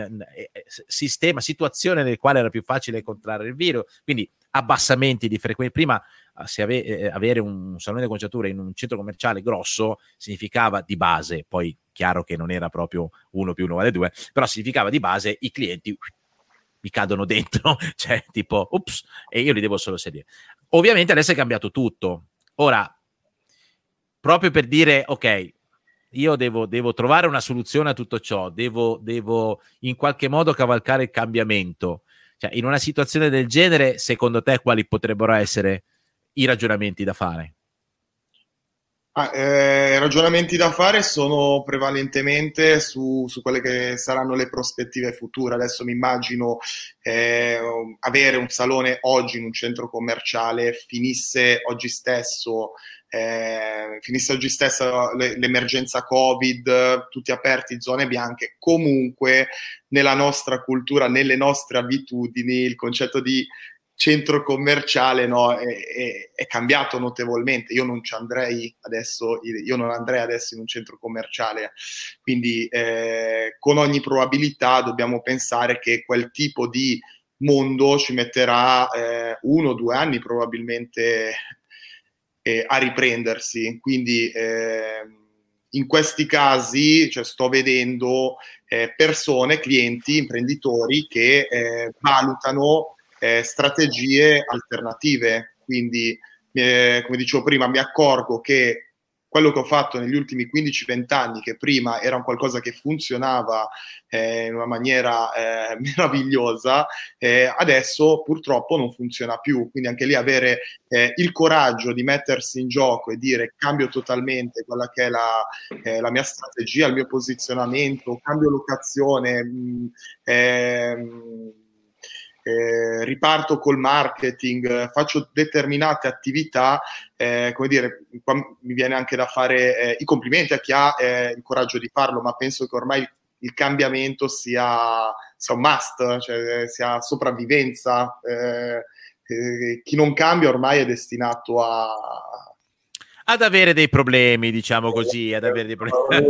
situazione nel quale era più facile contrarre il virus, quindi abbassamenti di frequenza. Prima avere un salone di conciatura in un centro commerciale grosso significava di base, poi chiaro che non era proprio 1 + 1 = 2, però significava di base i clienti mi cadono dentro, cioè tipo ups, e io li devo solo sedere. Ovviamente adesso è cambiato tutto. Ora, proprio per dire ok, io devo trovare una soluzione a tutto ciò, devo in qualche modo cavalcare il cambiamento. Cioè, in una situazione del genere, secondo te quali potrebbero essere i ragionamenti da fare? Ragionamenti da fare sono prevalentemente su quelle che saranno le prospettive future. Adesso mi immagino avere un salone oggi in un centro commerciale, finisse oggi stesso l'emergenza Covid, tutti aperti, zone bianche. Comunque nella nostra cultura, nelle nostre abitudini, il concetto di centro commerciale, no, è cambiato notevolmente. Io non andrei adesso in un centro commerciale, quindi con ogni probabilità dobbiamo pensare che quel tipo di mondo ci metterà 1 o 2 anni probabilmente a riprendersi. Quindi in questi casi, cioè, sto vedendo persone, clienti, imprenditori che valutano strategie alternative. Quindi come dicevo prima, mi accorgo che quello che ho fatto negli ultimi 15-20 anni, che prima era un qualcosa che funzionava in una maniera meravigliosa, adesso purtroppo non funziona più. Quindi anche lì avere il coraggio di mettersi in gioco e dire cambio totalmente quella che è la mia strategia, il mio posizionamento, cambio locazione, riparto col marketing, faccio determinate attività, come dire, qua mi viene anche da fare i complimenti a chi ha il coraggio di farlo, ma penso che ormai il cambiamento sia un must, cioè sia sopravvivenza. Chi non cambia ormai è destinato ad avere dei problemi, diciamo così, ad avere dei problemi.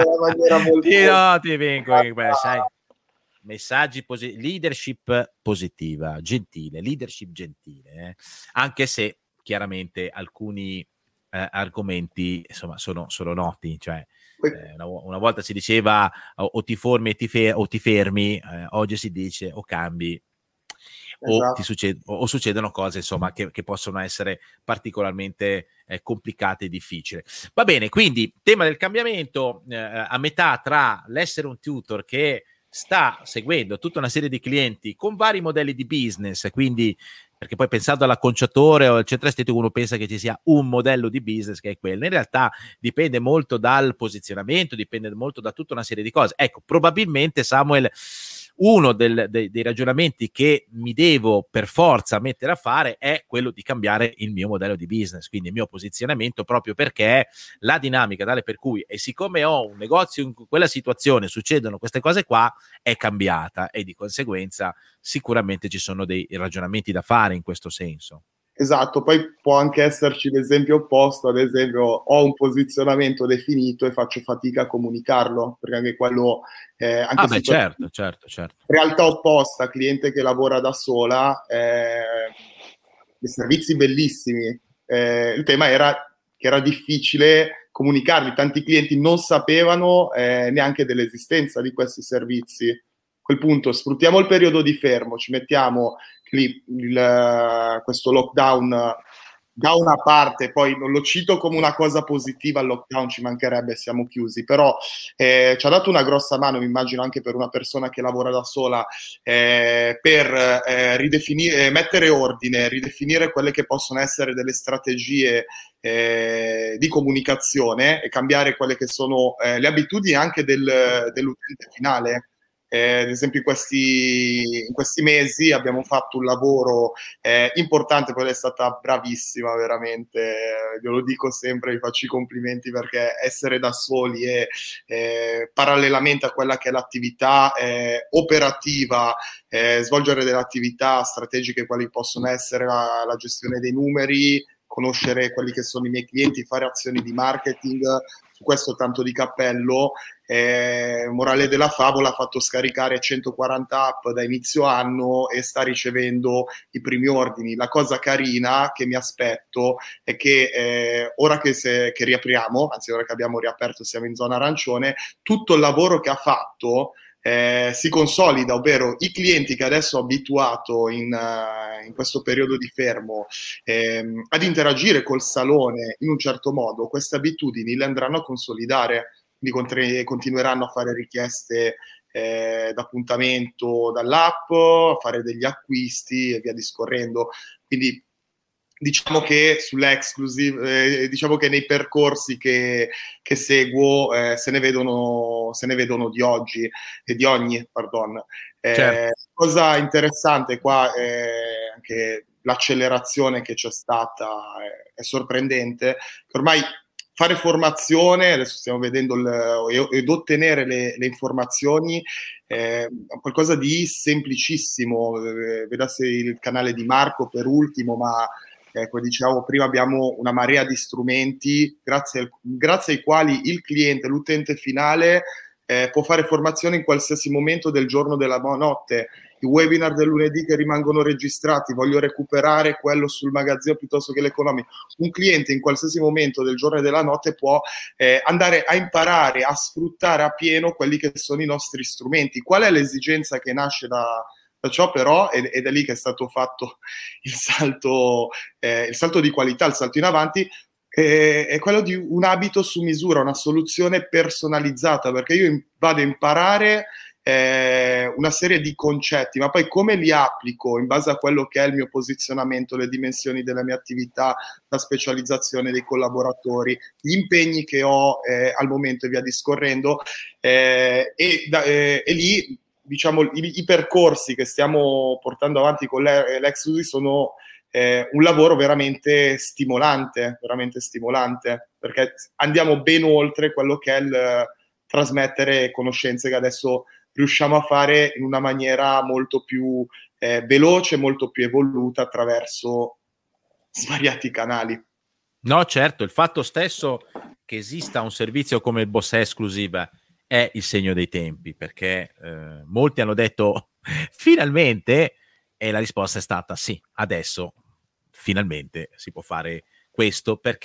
Ti vengo, sai. Messaggi leadership positiva, gentile, leadership gentile, anche se chiaramente alcuni argomenti insomma sono noti, cioè una volta si diceva o ti formi o ti fermi, oggi si dice o cambi Esatto. o succedono cose insomma che possono essere particolarmente complicate e difficili. Va bene, quindi tema del cambiamento, a metà tra l'essere un tutor che sta seguendo tutta una serie di clienti con vari modelli di business, quindi perché poi pensando all'acconciatore o al centro estetico uno pensa che ci sia un modello di business che è quello, in realtà dipende molto dal posizionamento, dipende molto da tutta una serie di cose. Ecco, probabilmente Samuel, uno dei ragionamenti che mi devo per forza mettere a fare è quello di cambiare il mio modello di business, quindi il mio posizionamento, proprio perché la dinamica tale per cui, e siccome ho un negozio in quella situazione, succedono queste cose qua, è cambiata e di conseguenza sicuramente ci sono dei ragionamenti da fare in questo senso. Esatto, poi può anche esserci l'esempio opposto, ad esempio ho un posizionamento definito e faccio fatica a comunicarlo, perché anche quello, anche se certo. realtà opposta, cliente che lavora da sola, dei servizi bellissimi, il tema era che era difficile comunicarli, tanti clienti non sapevano neanche dell'esistenza di questi servizi. A quel punto sfruttiamo il periodo di fermo, ci mettiamo questo lockdown da una parte, poi non lo cito come una cosa positiva, il lockdown ci mancherebbe, siamo chiusi, però ci ha dato una grossa mano, mi immagino anche per una persona che lavora da sola, per ridefinire, mettere ordine, ridefinire quelle che possono essere delle strategie di comunicazione e cambiare quelle che sono le abitudini anche dell'utente finale. Ad esempio in questi mesi abbiamo fatto un lavoro importante, poi lei è stata bravissima veramente, io lo dico sempre, vi faccio i complimenti perché essere da soli e parallelamente a quella che è l'attività operativa, svolgere delle attività strategiche quali possono essere la gestione dei numeri, conoscere quelli che sono i miei clienti, fare azioni di marketing, su questo tanto di cappello. Morale della favola, ha fatto scaricare 140 app da inizio anno e sta ricevendo i primi ordini. La cosa carina che mi aspetto è che ora che riapriamo, anzi ora che abbiamo riaperto siamo in zona arancione, tutto il lavoro che ha fatto si consolida, ovvero i clienti che adesso ho abituato in questo periodo di fermo ad interagire col salone in un certo modo, queste abitudini le andranno a consolidare, quindi continueranno a fare richieste d'appuntamento dall'app, a fare degli acquisti e via discorrendo. Quindi diciamo che sull'exclusive, diciamo che nei percorsi che seguo se ne vedono di oggi e di ogni, pardon. Certo. Cosa interessante qua anche l'accelerazione che c'è stata è sorprendente, che ormai fare formazione, adesso stiamo vedendo ed ottenere le informazioni è qualcosa di semplicissimo, vedassi il canale di Marco per ultimo, ma come dicevamo prima abbiamo una marea di strumenti grazie ai quali il cliente, l'utente finale può fare formazione in qualsiasi momento del giorno, della notte. I webinar del lunedì che rimangono registrati, voglio recuperare quello sul magazzino piuttosto che l'economico. Un cliente in qualsiasi momento del giorno e della notte può andare a imparare a sfruttare a pieno quelli che sono i nostri strumenti. Qual è l'esigenza che nasce da ciò però, ed è lì che è stato fatto il salto di qualità, il salto in avanti, è quello di un abito su misura, una soluzione personalizzata, perché io vado a imparare una serie di concetti, ma poi come li applico in base a quello che è il mio posizionamento, le dimensioni della mia attività, la specializzazione dei collaboratori, gli impegni che ho al momento e via discorrendo, e lì diciamo i percorsi che stiamo portando avanti con l'Exclusive sono un lavoro veramente stimolante, perché andiamo ben oltre quello che è il trasmettere conoscenze che adesso riusciamo a fare in una maniera molto più veloce, molto più evoluta attraverso svariati canali. No, certo, il fatto stesso che esista un servizio come il Boss Exclusive è il segno dei tempi, perché molti hanno detto finalmente, e la risposta è stata sì, adesso finalmente si può fare questo, perché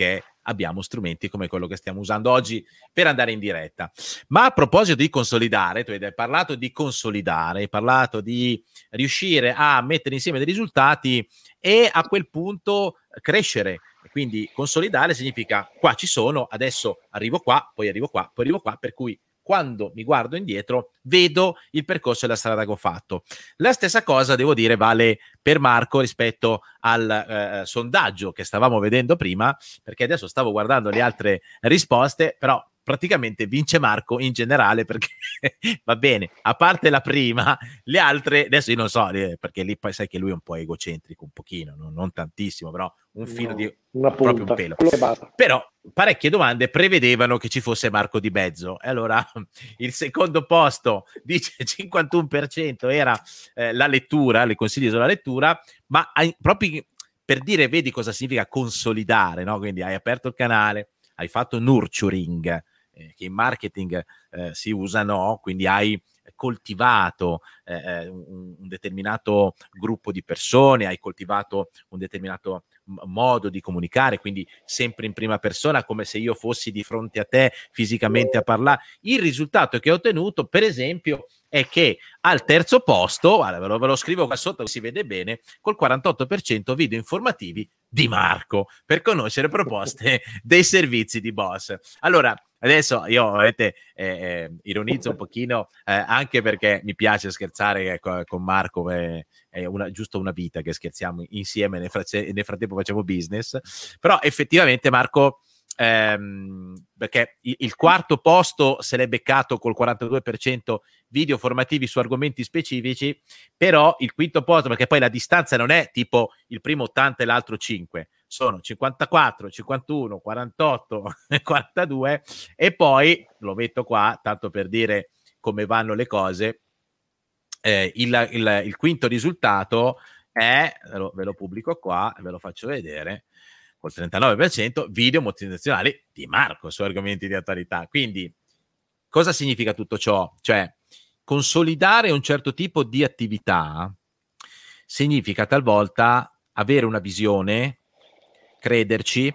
abbiamo strumenti come quello che stiamo usando oggi per andare in diretta. Ma a proposito di consolidare, tu hai parlato di consolidare, hai parlato di riuscire a mettere insieme dei risultati e a quel punto crescere. Quindi consolidare significa qua ci sono, adesso arrivo qua, poi arrivo qua, poi arrivo qua, per cui quando mi guardo indietro vedo il percorso e la strada che ho fatto. La stessa cosa, devo dire, vale per Marco rispetto al sondaggio che stavamo vedendo prima, perché adesso stavo guardando le altre risposte, però praticamente vince Marco in generale, perché va bene, a parte la prima, le altre, adesso io non so, perché lì poi sai che lui è un po' egocentrico, un pochino, non tantissimo, però un filo di una punta, proprio un pelo. Però parecchie domande prevedevano che ci fosse Marco Di Mezzo. E allora il secondo posto dice 51% era la lettura, le consigli sulla lettura, ma proprio per dire, vedi cosa significa consolidare, no? Quindi hai aperto il canale, hai fatto nurturing, che in marketing si usano, quindi hai coltivato un determinato gruppo di persone, hai coltivato un determinato modo di comunicare, quindi sempre in prima persona, come se io fossi di fronte a te fisicamente a parlare. Il risultato che ho ottenuto, per esempio, è che al terzo posto, guarda, ve lo scrivo qua sotto, si vede bene, col 48% video informativi di Marco per conoscere proposte dei servizi di Boss. Allora, adesso io ovviamente ironizzo un pochino, anche perché mi piace scherzare con Marco, è giusto una vita che scherziamo insieme, nel frattempo facciamo business, però effettivamente Marco, perché il quarto posto se l'è beccato col 42% video formativi su argomenti specifici, però il quinto posto, perché poi la distanza non è tipo il primo 80 e l'altro 5, sono 54, 51, 48, 42, e poi lo metto qua tanto per dire come vanno le cose. Il quinto risultato è, ve lo pubblico qua e ve lo faccio vedere, col 39% video motivazionali di Marco su argomenti di attualità. Quindi cosa significa tutto ciò? Cioè, consolidare un certo tipo di attività significa talvolta avere una visione, crederci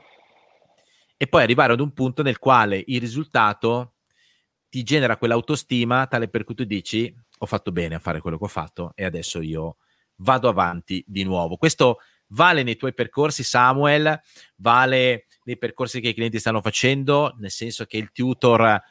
e poi arrivare ad un punto nel quale il risultato ti genera quell'autostima tale per cui tu dici: ho fatto bene a fare quello che ho fatto e adesso io vado avanti di nuovo. Questo vale nei tuoi percorsi, Samuel, vale nei percorsi che i clienti stanno facendo, nel senso che il tutor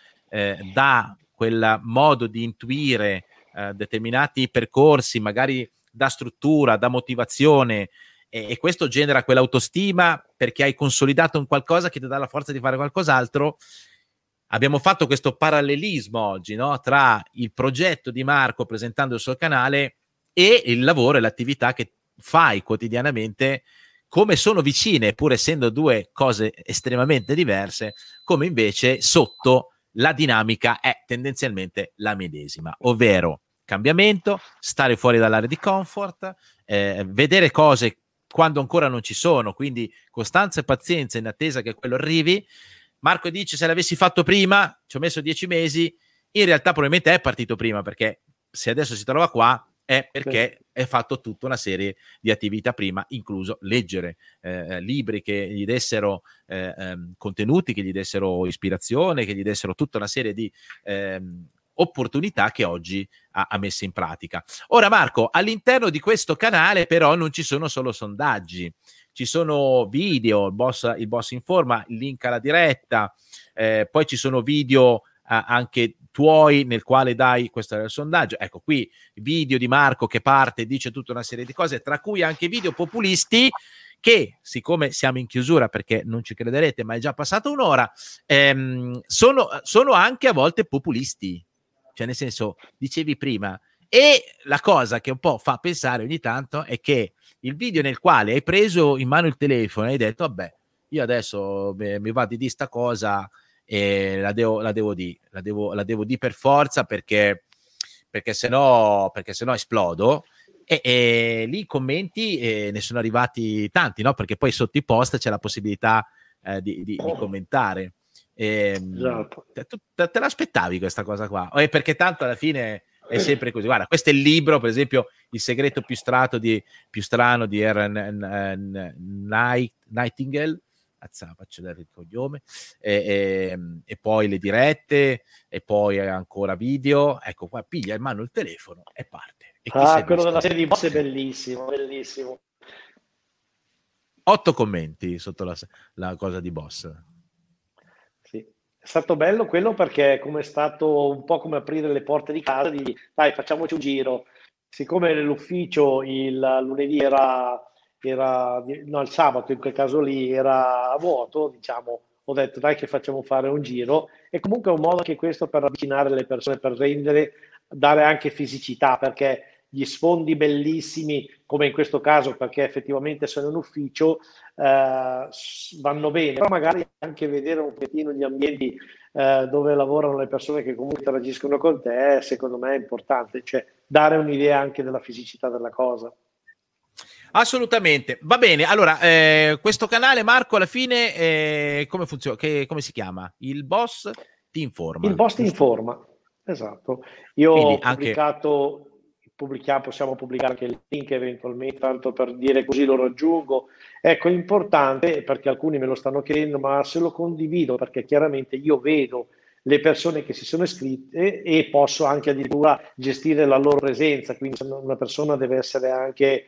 dà quel modo di intuire determinati percorsi, magari da struttura, da motivazione, e questo genera quell'autostima perché hai consolidato un qualcosa che ti dà la forza di fare qualcos'altro. Abbiamo fatto questo parallelismo oggi, no? Tra il progetto di Marco presentando il suo canale e il lavoro e l'attività che fai quotidianamente, come sono vicine, pur essendo due cose estremamente diverse, come invece sotto la dinamica è tendenzialmente la medesima, ovvero cambiamento, stare fuori dall'area di comfort, vedere cose quando ancora non ci sono, quindi costanza e pazienza in attesa che quello arrivi. Marco dice: se l'avessi fatto prima, ci ho messo 10 mesi, in realtà probabilmente è partito prima, perché se adesso si trova qua è perché è fatto tutta una serie di attività prima, incluso leggere libri che gli dessero contenuti, che gli dessero ispirazione, che gli dessero tutta una serie di opportunità che oggi ha messo in pratica. Ora Marco, all'interno di questo canale però non ci sono solo sondaggi, ci sono video, il boss informa, il link alla diretta, poi ci sono video anche tuoi nel quale dai, questo era il sondaggio, ecco qui video di Marco che parte e dice tutta una serie di cose, tra cui anche video populisti che, siccome siamo in chiusura perché non ci crederete ma è già passata un'ora, sono anche a volte populisti, cioè nel senso, dicevi prima, e la cosa che un po' fa pensare ogni tanto è che il video nel quale hai preso in mano il telefono e hai detto vabbè, io adesso mi va di dire sta cosa e la devo di per forza perché sennò esplodo, e lì i commenti ne sono arrivati tanti, no? Perché poi sotto i post c'è la possibilità di commentare. Esatto. Te l'aspettavi questa cosa qua? Perché tanto alla fine è sempre così. Guarda, questo è il libro, per esempio, Il segreto più strano di Erin Nightingale, faccio dare il cognome, e poi le dirette, e poi ancora video. Ecco qua, piglia in mano il telefono e parte. E quello della serie di Boss è bellissimo, bellissimo. 8 commenti sotto la cosa di Boss. Sì, è stato bello quello perché come è stato un po' come aprire le porte di casa, di dai, facciamoci un giro. Siccome nell'ufficio il lunedì no, il sabato in quel caso lì era vuoto, diciamo, ho detto dai che facciamo fare un giro, e comunque è un modo anche questo per avvicinare le persone, per dare anche fisicità, perché gli sfondi bellissimi, come in questo caso, perché effettivamente sono in ufficio, vanno bene, però magari anche vedere un pochettino gli ambienti dove lavorano le persone che comunque interagiscono con te, secondo me è importante, cioè dare un'idea anche della fisicità della cosa. Assolutamente, va bene. Allora, questo canale, Marco, alla fine come funziona? Come si chiama? Il Boss ti informa. Il Boss ti informa, esatto. Io quindi ho pubblicato, possiamo pubblicare anche il link eventualmente, tanto per dire così lo raggiungo. Ecco, è importante perché alcuni me lo stanno chiedendo, ma se lo condivido, perché chiaramente io vedo le persone che si sono iscritte e posso anche addirittura gestire la loro presenza, quindi una persona deve essere anche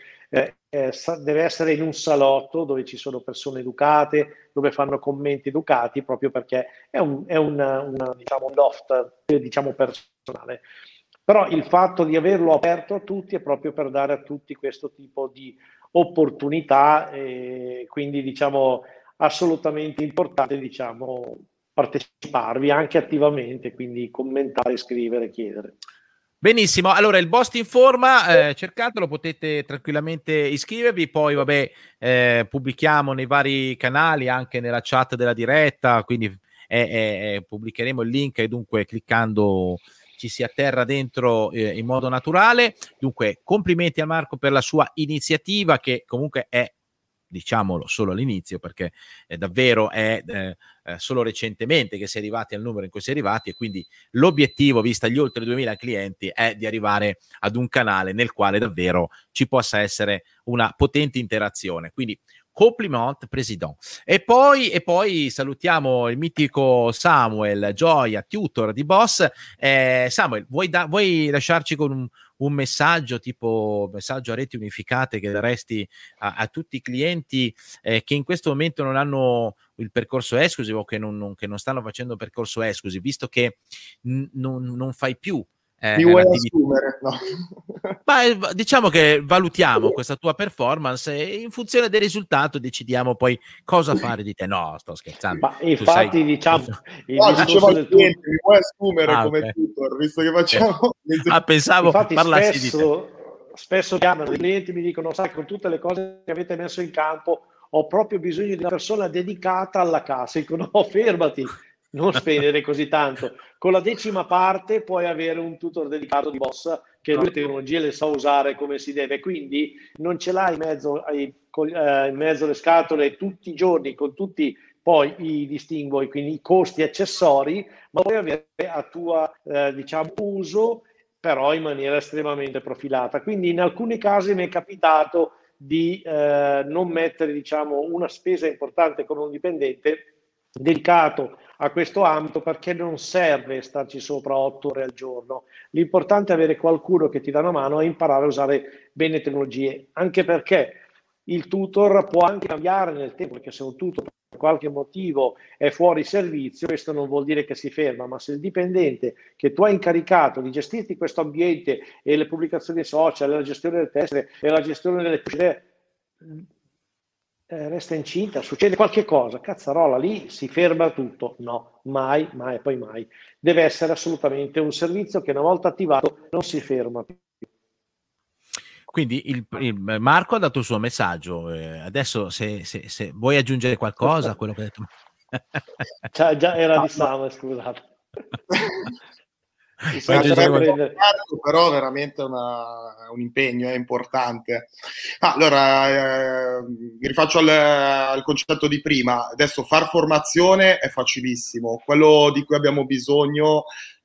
deve essere in un salotto dove ci sono persone educate, dove fanno commenti educati, proprio perché è un diciamo, un loft diciamo personale. Però il fatto di averlo aperto a tutti è proprio per dare a tutti questo tipo di opportunità, e quindi diciamo assolutamente importante, diciamo, parteciparvi anche attivamente, quindi commentare, scrivere, chiedere. Benissimo, allora il Boss ti informa, cercatelo, potete tranquillamente iscrivervi, poi vabbè pubblichiamo nei vari canali, anche nella chat della diretta, quindi pubblicheremo il link e dunque cliccando ci si atterra dentro in modo naturale. Dunque complimenti a Marco per la sua iniziativa, che comunque è, diciamolo, solo all'inizio, perché davvero è solo recentemente che si è arrivati al numero in cui si è arrivati, e quindi l'obiettivo, vista gli oltre 2000 clienti, è di arrivare ad un canale nel quale davvero ci possa essere una potente interazione. Quindi compliment president. E poi salutiamo il mitico Samuel Gioia, tutor di Boss. Samuel, vuoi lasciarci con un messaggio, tipo messaggio a reti unificate, che daresti a tutti i clienti che in questo momento non hanno il percorso esclusive, o che non stanno facendo percorso esclusive, visto che non fai più mi vuoi assumere? No. Ma diciamo che valutiamo questa tua performance e in funzione del risultato decidiamo poi cosa fare di te. No, sto scherzando. Ma infatti diciamo dicevo al cliente, mi vuoi assumere come tutor, visto che facciamo pensavo infatti parlassi di te. Spesso chiamano i clienti, mi dicono: sai, con tutte le cose che avete messo in campo ho proprio bisogno di una persona dedicata alla cassa. Dico: no, fermati, non spendere così tanto, con la 10ª parte puoi avere un tutor dedicato di Boss che lui le tecnologie le sa usare come si deve, quindi non ce l'hai in mezzo alle scatole tutti i giorni con tutti poi i distinguo, quindi i costi accessori, ma puoi avere a tua diciamo uso, però in maniera estremamente profilata. Quindi in alcuni casi mi è capitato di non mettere, diciamo, una spesa importante con un dipendente dedicato a questo ambito, perché non serve starci sopra 8 ore al giorno. L'importante è avere qualcuno che ti dà una mano a imparare a usare bene tecnologie, anche perché il tutor può anche cambiare nel tempo, perché se un tutor per qualche motivo è fuori servizio, questo non vuol dire che si ferma, ma se il dipendente che tu hai incaricato di gestirti questo ambiente e le pubblicazioni social, la gestione del test e la gestione delle pubblicità resta incinta, succede qualche cosa, cazzarola, lì si ferma tutto. No, mai, poi mai. Deve essere assolutamente un servizio che una volta attivato non si ferma più. Quindi il Marco ha dato il suo messaggio. Adesso se vuoi aggiungere qualcosa a quello che ha detto. Già era di Samuel, scusate. Però veramente un impegno, è importante. Allora mi rifaccio al concetto di prima. Adesso far formazione è facilissimo, quello di cui abbiamo bisogno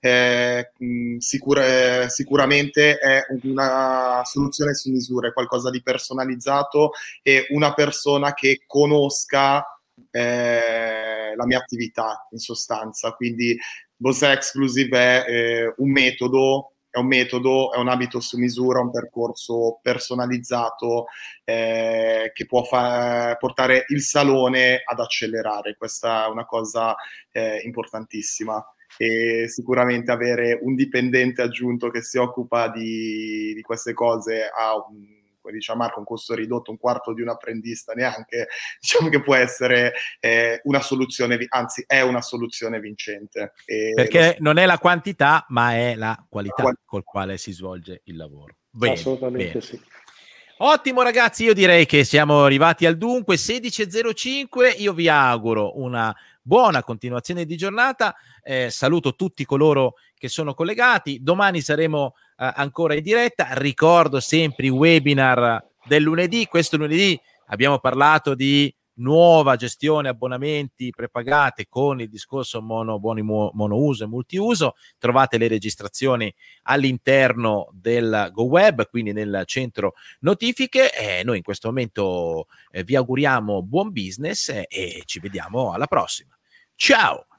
sicuramente è una soluzione su misura, qualcosa di personalizzato e una persona che conosca la mia attività in sostanza. Quindi Bosè Exclusive è un metodo, è un abito su misura, un percorso personalizzato che può portare il salone ad accelerare. Questa è una cosa importantissima. E sicuramente avere un dipendente aggiunto che si occupa di queste cose a diciamo Marco, un costo ridotto, un quarto di un apprendista neanche, diciamo che può essere una soluzione, anzi è una soluzione vincente. Perché non è la quantità, ma è la qualità col quale si svolge il lavoro. Bene, assolutamente bene. Sì. Ottimo ragazzi, io direi che siamo arrivati al dunque, 16:05, io vi auguro una buona continuazione di giornata, saluto tutti coloro che sono collegati, domani saremo ancora in diretta, ricordo sempre i webinar del lunedì, questo lunedì abbiamo parlato di nuova gestione abbonamenti prepagate con il discorso monouso e multiuso, trovate le registrazioni all'interno del GoWeb, quindi nel centro notifiche, noi in questo momento vi auguriamo buon business e ci vediamo alla prossima. Ciao!